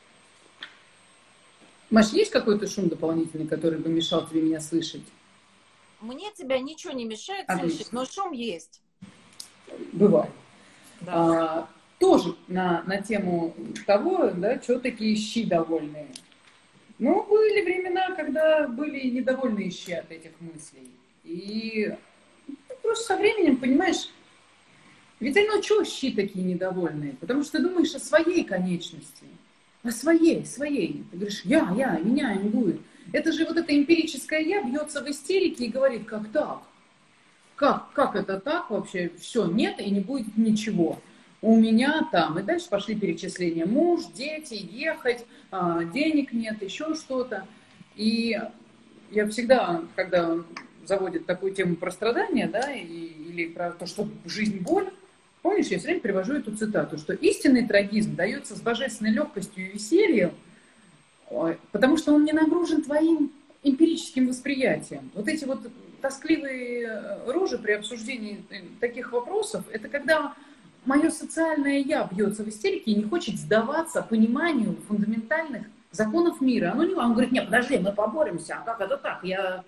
Маш, есть какой-то шум дополнительный, который бы мешал тебе меня слышать? Мне тебя ничего не мешает Отлично. слышать, но шум есть. Бывает. Да. А, тоже на, на тему того, да, что такие щи довольные. Ну, были времена, когда были недовольные щи от этих мыслей. И ну, просто со временем, понимаешь, ведь ну что щи такие недовольные? Потому что ты думаешь о своей конечности. О своей, своей. Ты говоришь, я, я, меня не будет. Это же вот это эмпирическое я бьется в истерике и говорит, как так? Как, как это так вообще? Все, нет и не будет ничего. У меня там, и дальше пошли перечисления. Муж, дети, ехать, денег нет, еще что-то. И я всегда, когда заводят такую тему про страдания, да, и, или про то, что жизнь боль, помнишь, я все время привожу эту цитату, что истинный трагизм дается с божественной легкостью и весельем, потому что он не нагружен твоим эмпирическим восприятием. Вот эти вот тоскливые рожи при обсуждении таких вопросов, это когда мое социальное «я» бьется в истерике и не хочет сдаваться пониманию фундаментальных законов мира. Оно не вам. Он говорит, нет, подожди, мы поборемся. А как это так? Я,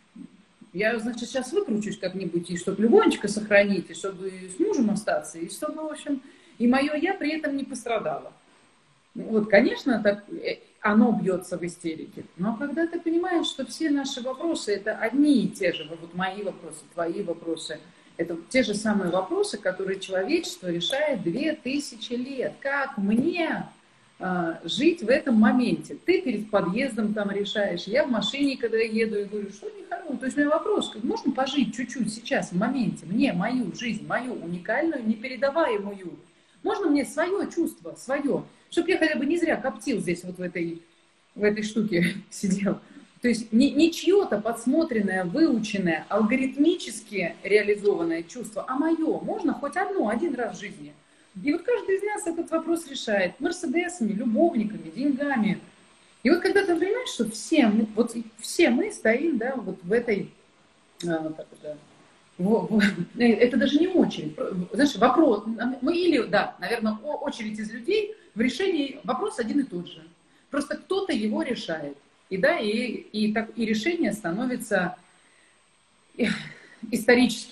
я значит, сейчас выкручусь как-нибудь, и чтобы любовничка сохранить, и чтобы с мужем остаться, и чтобы, в общем, и мое «я» при этом не пострадало. Вот, конечно, так, оно бьется в истерике. Но когда ты понимаешь, что все наши вопросы, это одни и те же, вот мои вопросы, твои вопросы, это те же самые вопросы, которые человечество решает две тысячи лет. Как мне э, жить в этом моменте? Ты перед подъездом там решаешь, я в машине, когда еду, и говорю, что нехорошо. То есть у меня вопрос, как можно пожить чуть-чуть сейчас, в моменте, мне, мою жизнь, мою уникальную, непередаваемую? Можно мне свое чувство, свое, чтобы я хотя бы не зря коптил здесь вот в этой, в этой штуке сидел. То есть не, не чье-то подсмотренное, выученное, алгоритмически реализованное чувство, а мое. Можно хоть одно, один раз в жизни. И вот каждый из нас этот вопрос решает мерседесами, любовниками, деньгами. И вот когда ты понимаешь, что все мы, вот все мы стоим, да, вот в этой, а, как это, в, в, это даже не очередь, знаешь, вопрос, мы или, да, наверное, очередь из людей в решении, вопрос один и тот же. Просто кто-то его решает. И, да, и, и, так, и решение становится историческим.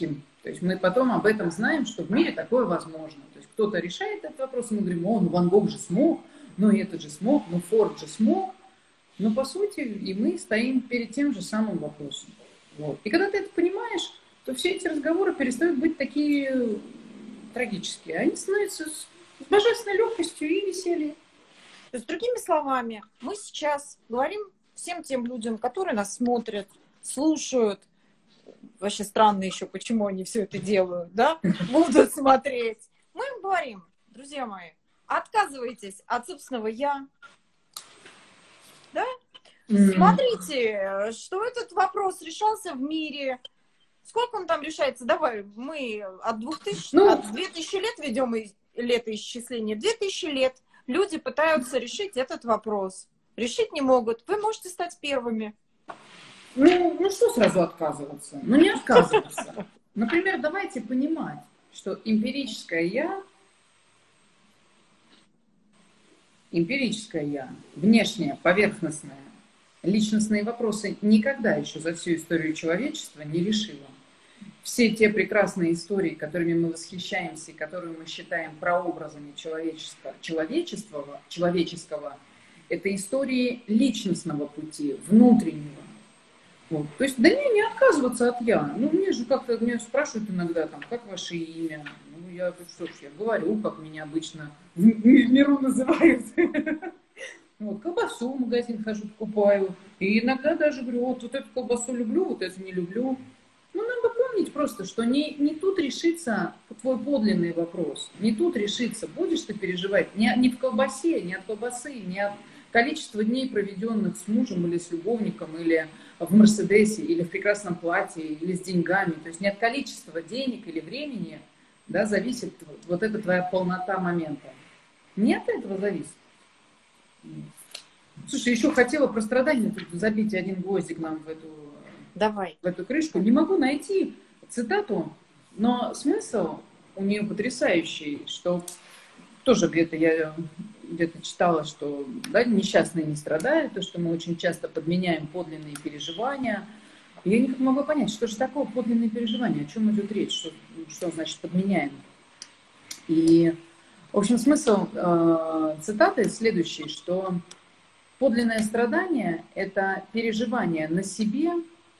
То есть мы потом об этом знаем, что в мире такое возможно. То есть кто-то решает этот вопрос, и мы говорим, о, ну Ван Гог же смог, ну и этот же смог, ну Форд же смог. Но по сути и мы стоим перед тем же самым вопросом. Вот. И когда ты это понимаешь, то все эти разговоры перестают быть такие трагические. Они становятся с божественной легкостью и весельем. То есть, другими словами, мы сейчас говорим всем тем людям, которые нас смотрят, слушают, вообще странно еще, почему они все это делают, да, будут смотреть. Мы им говорим, друзья мои, отказывайтесь от собственного «я», да? Mm. Смотрите, что этот вопрос решался в мире. Сколько он там решается? Давай, мы от двухтысячных, ну, от двух тысяч лет ведем летоисчисление. две тысячи лет люди пытаются решить этот вопрос. Решить не могут. Вы можете стать первыми. Ну, ну что сразу отказываться? Ну не отказываться. Например, давайте понимать, что эмпирическое «я», эмпирическое «я», внешнее, поверхностное, личностные вопросы никогда еще за всю историю человечества не решило. Все те прекрасные истории, которыми мы восхищаемся и которые мы считаем прообразами человеческого, человеческого, человеческого, это истории личностного пути, внутреннего. Вот. То есть, да не, не отказываться от «я». Ну, мне же как-то, меня спрашивают иногда, там, как ваше имя? Ну, я, что ж, я говорю, как меня обычно в миру называют. Вот, колбасу в магазин хожу, покупаю. И иногда даже говорю, вот, вот эту колбасу люблю, вот эту не люблю. Ну, надо помнить просто, что не, не тут решится твой подлинный вопрос. Не тут решится, будешь ты переживать не, не в колбасе, не от колбасы, не от количества дней, проведенных с мужем или с любовником, или в Мерседесе, или в прекрасном платье, или с деньгами. То есть не от количества денег или времени, да, зависит вот эта твоя полнота момента. Не от этого зависит. Слушай, еще хотела про страдания тут забить один гвоздик нам в эту, Давай. в эту крышку. Не могу найти цитату, но смысл у нее потрясающий, что тоже где-то я где-то читала, что да, несчастные не страдают, то, что мы очень часто подменяем подлинные переживания. И я не могу понять, что же такое подлинные переживания, о чем идет речь, что, что значит подменяем. И, в общем, смысл э, цитаты следующий, что подлинное страдание – это переживание на себе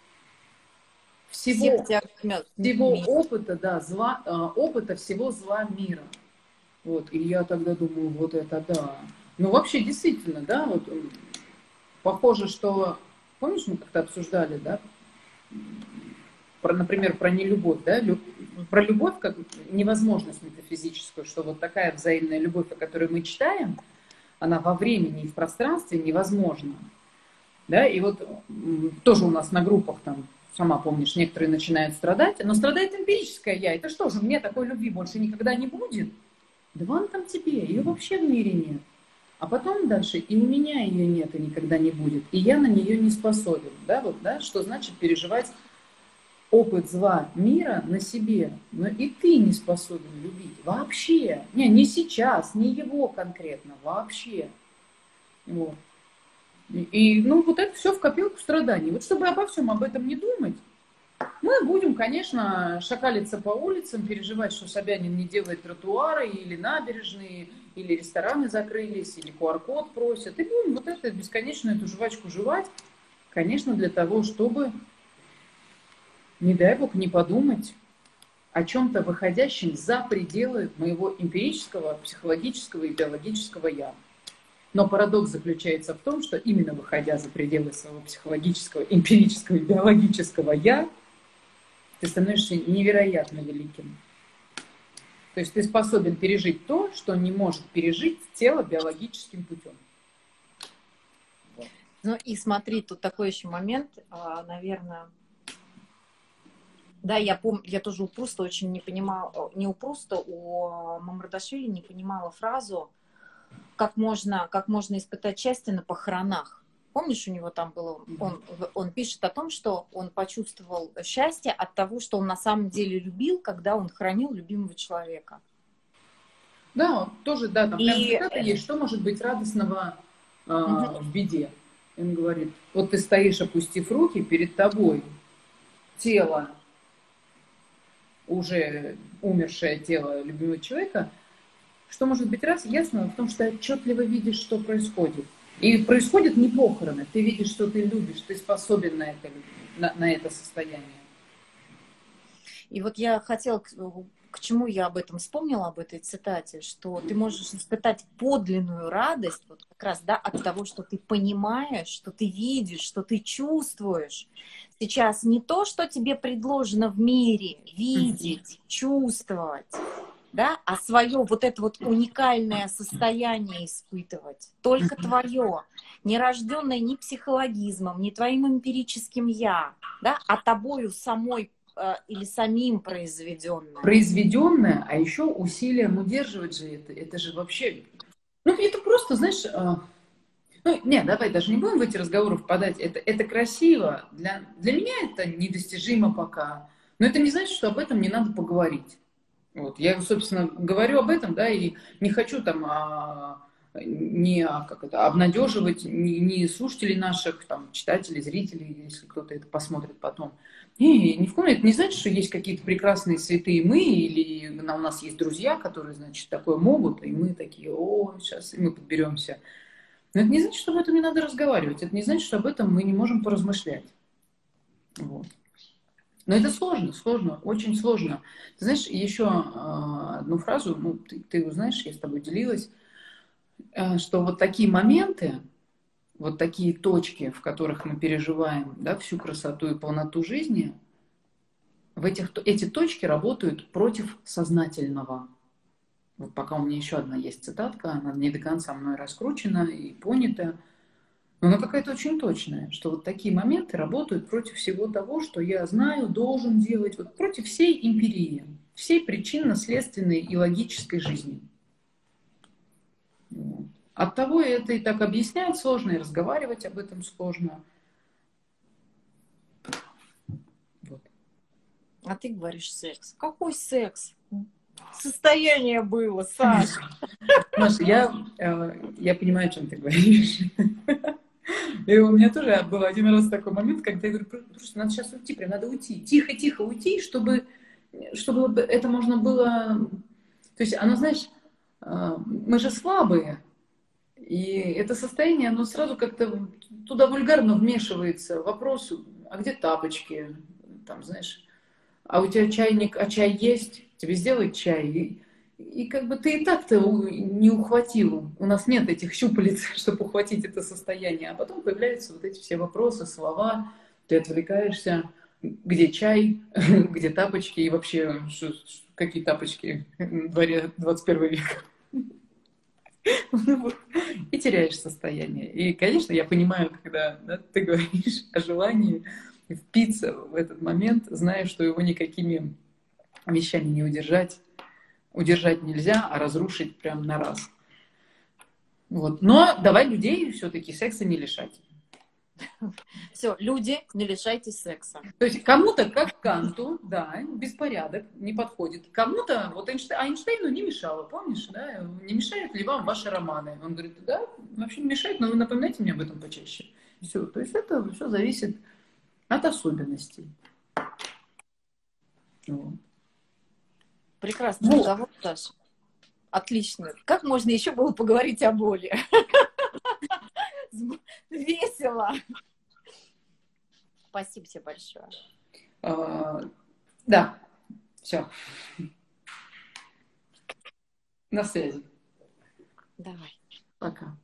всего, всего опыта, да, зла, э, опыта всего зла мира. Вот, и я тогда думаю, вот это да. Ну, вообще, действительно, да, вот похоже, что, помнишь, мы как-то обсуждали, да, про, например, про нелюбовь, да, Лю, про любовь как невозможность метафизическую, что вот такая взаимная любовь, о которой мы читаем, она во времени и в пространстве невозможна, да, и вот тоже у нас на группах там, сама помнишь, некоторые начинают страдать, но страдает эмпирическое я, это что же, мне такой любви больше никогда не будет? Да вон там тебе, ее вообще в мире нет. А потом дальше, и у меня ее нет и никогда не будет, и я на нее не способен. Да, вот, да, что значит переживать опыт зла мира на себе. Но и ты не способен любить вообще. Не, не сейчас, не его конкретно, вообще. Вот. И, и ну, вот это все в копилку страданий. Вот чтобы обо всем об этом не думать, мы будем, конечно, шакалиться по улицам, переживать, что Собянин не делает тротуары, или набережные, или рестораны закрылись, или ку ар код просят. И будем вот эту бесконечную эту жвачку жевать, конечно, для того, чтобы, не дай бог, не подумать о чем-то выходящем за пределы моего эмпирического, психологического и биологического «я». Но парадокс заключается в том, что именно выходя за пределы своего психологического, эмпирического и биологического «я», ты становишься невероятно великим. То есть ты способен пережить то, что не может пережить тело биологическим путем. Вот. Ну и смотри, тут такой еще момент, наверное. Да, я помню, я тоже у Пруста очень не понимала, не у Пруста, у Мамардашвили не понимала фразу, как можно, как можно испытать счастье на похоронах. Помнишь, у него там было, он, он пишет о том, что он почувствовал счастье от того, что он на самом деле любил, когда он хоронил любимого человека. Да, тоже, да, там и... прям цитата есть, что может быть радостного э, угу. в беде. Он говорит, вот ты стоишь, опустив руки, перед тобой тело уже умершее тело любимого человека, что может быть раз ясно в том, что ты отчетливо видишь, что происходит. И происходит не похороны, ты видишь, что ты любишь, ты способен на это, на, на это состояние. И вот я хотела, к, к чему я об этом вспомнила, об этой цитате, что ты можешь испытать подлинную радость вот как раз, да, от того, что ты понимаешь, что ты видишь, что ты чувствуешь. Сейчас не то, что тебе предложено в мире видеть, чувствовать, да, а свое вот это вот уникальное состояние испытывать, только твое, не рожденное ни психологизмом, ни твоим эмпирическим я, да, а тобою самой э, или самим произведенное. Произведенное, а еще усилием удерживать же это, это же вообще, ну это просто, знаешь, э, ну нет, давай даже не будем в эти разговоры впадать, это, это красиво, для, для меня это недостижимо пока, но это не значит, что об этом не надо поговорить. Вот. Я, собственно, говорю об этом, да, и не хочу там а, не а, как это, обнадеживать ни, ни слушателей наших, там, читателей, зрителей, если кто-то это посмотрит потом. И ни в коем это не значит, что есть какие-то прекрасные святые мы, или у нас есть друзья, которые, значит, такое могут, и мы такие, о, сейчас и мы подберемся. Но это не значит, что об этом не надо разговаривать, это не значит, что об этом мы не можем поразмышлять. Вот. Но это сложно, сложно, очень сложно. Ты знаешь, еще э, одну фразу, ну, ты, ты узнаешь, я с тобой делилась, э, что вот такие моменты, вот такие точки, в которых мы переживаем, да, всю красоту и полноту жизни, в этих, эти точки работают против сознательного. Вот пока у меня еще одна есть цитатка, она не до конца мной раскручена и понята, но она какая-то очень точная, что вот такие моменты работают против всего того, что я знаю, должен делать, вот против всей эмпирии, всей причинно-следственной и логической жизни. Вот. Оттого это и так объяснять сложно, и разговаривать об этом сложно. Вот. А ты говоришь секс. Какой секс? Состояние было, Саша. Маша, я, я понимаю, о чем ты говоришь. И у меня тоже был один раз такой момент, когда я говорю, слушай, надо сейчас уйти, прям надо уйти, тихо-тихо уйти, чтобы, чтобы это можно было... То есть оно, знаешь, мы же слабые, и это состояние, оно сразу как-то туда вульгарно вмешивается. Вопрос, а где тапочки? Там, знаешь, а у тебя чайник, а чай есть? Тебе сделать чай? И, и как бы ты и так-то не ухватил. У нас нет этих щупалец, чтобы ухватить это состояние. А потом появляются вот эти все вопросы, слова. Ты отвлекаешься. Где чай? Где тапочки? И вообще, что, какие тапочки в дворе двадцать первого века? И теряешь состояние. И, конечно, я понимаю, когда да, ты говоришь о желании впиться в этот момент, зная, что его никакими вещами не удержать. Удержать нельзя, а разрушить прям на раз. Вот. Но давай людей все-таки секса не лишать. Все, люди, не лишайтесь секса. То есть кому-то, как Канту, да, беспорядок не подходит. Кому-то, вот Эйнштейн, Эйнштейну не мешало, помнишь, да? Не мешают ли вам ваши романы? Он говорит, да, вообще не мешает, но вы напоминайте мне об этом почаще. Все, то есть это все зависит от особенностей. Вот. Прекрасный вот разговор, Саша. Отлично. Как можно еще было поговорить о боли? Весело. Спасибо тебе большое. А, да, все. На связи. Давай. Пока.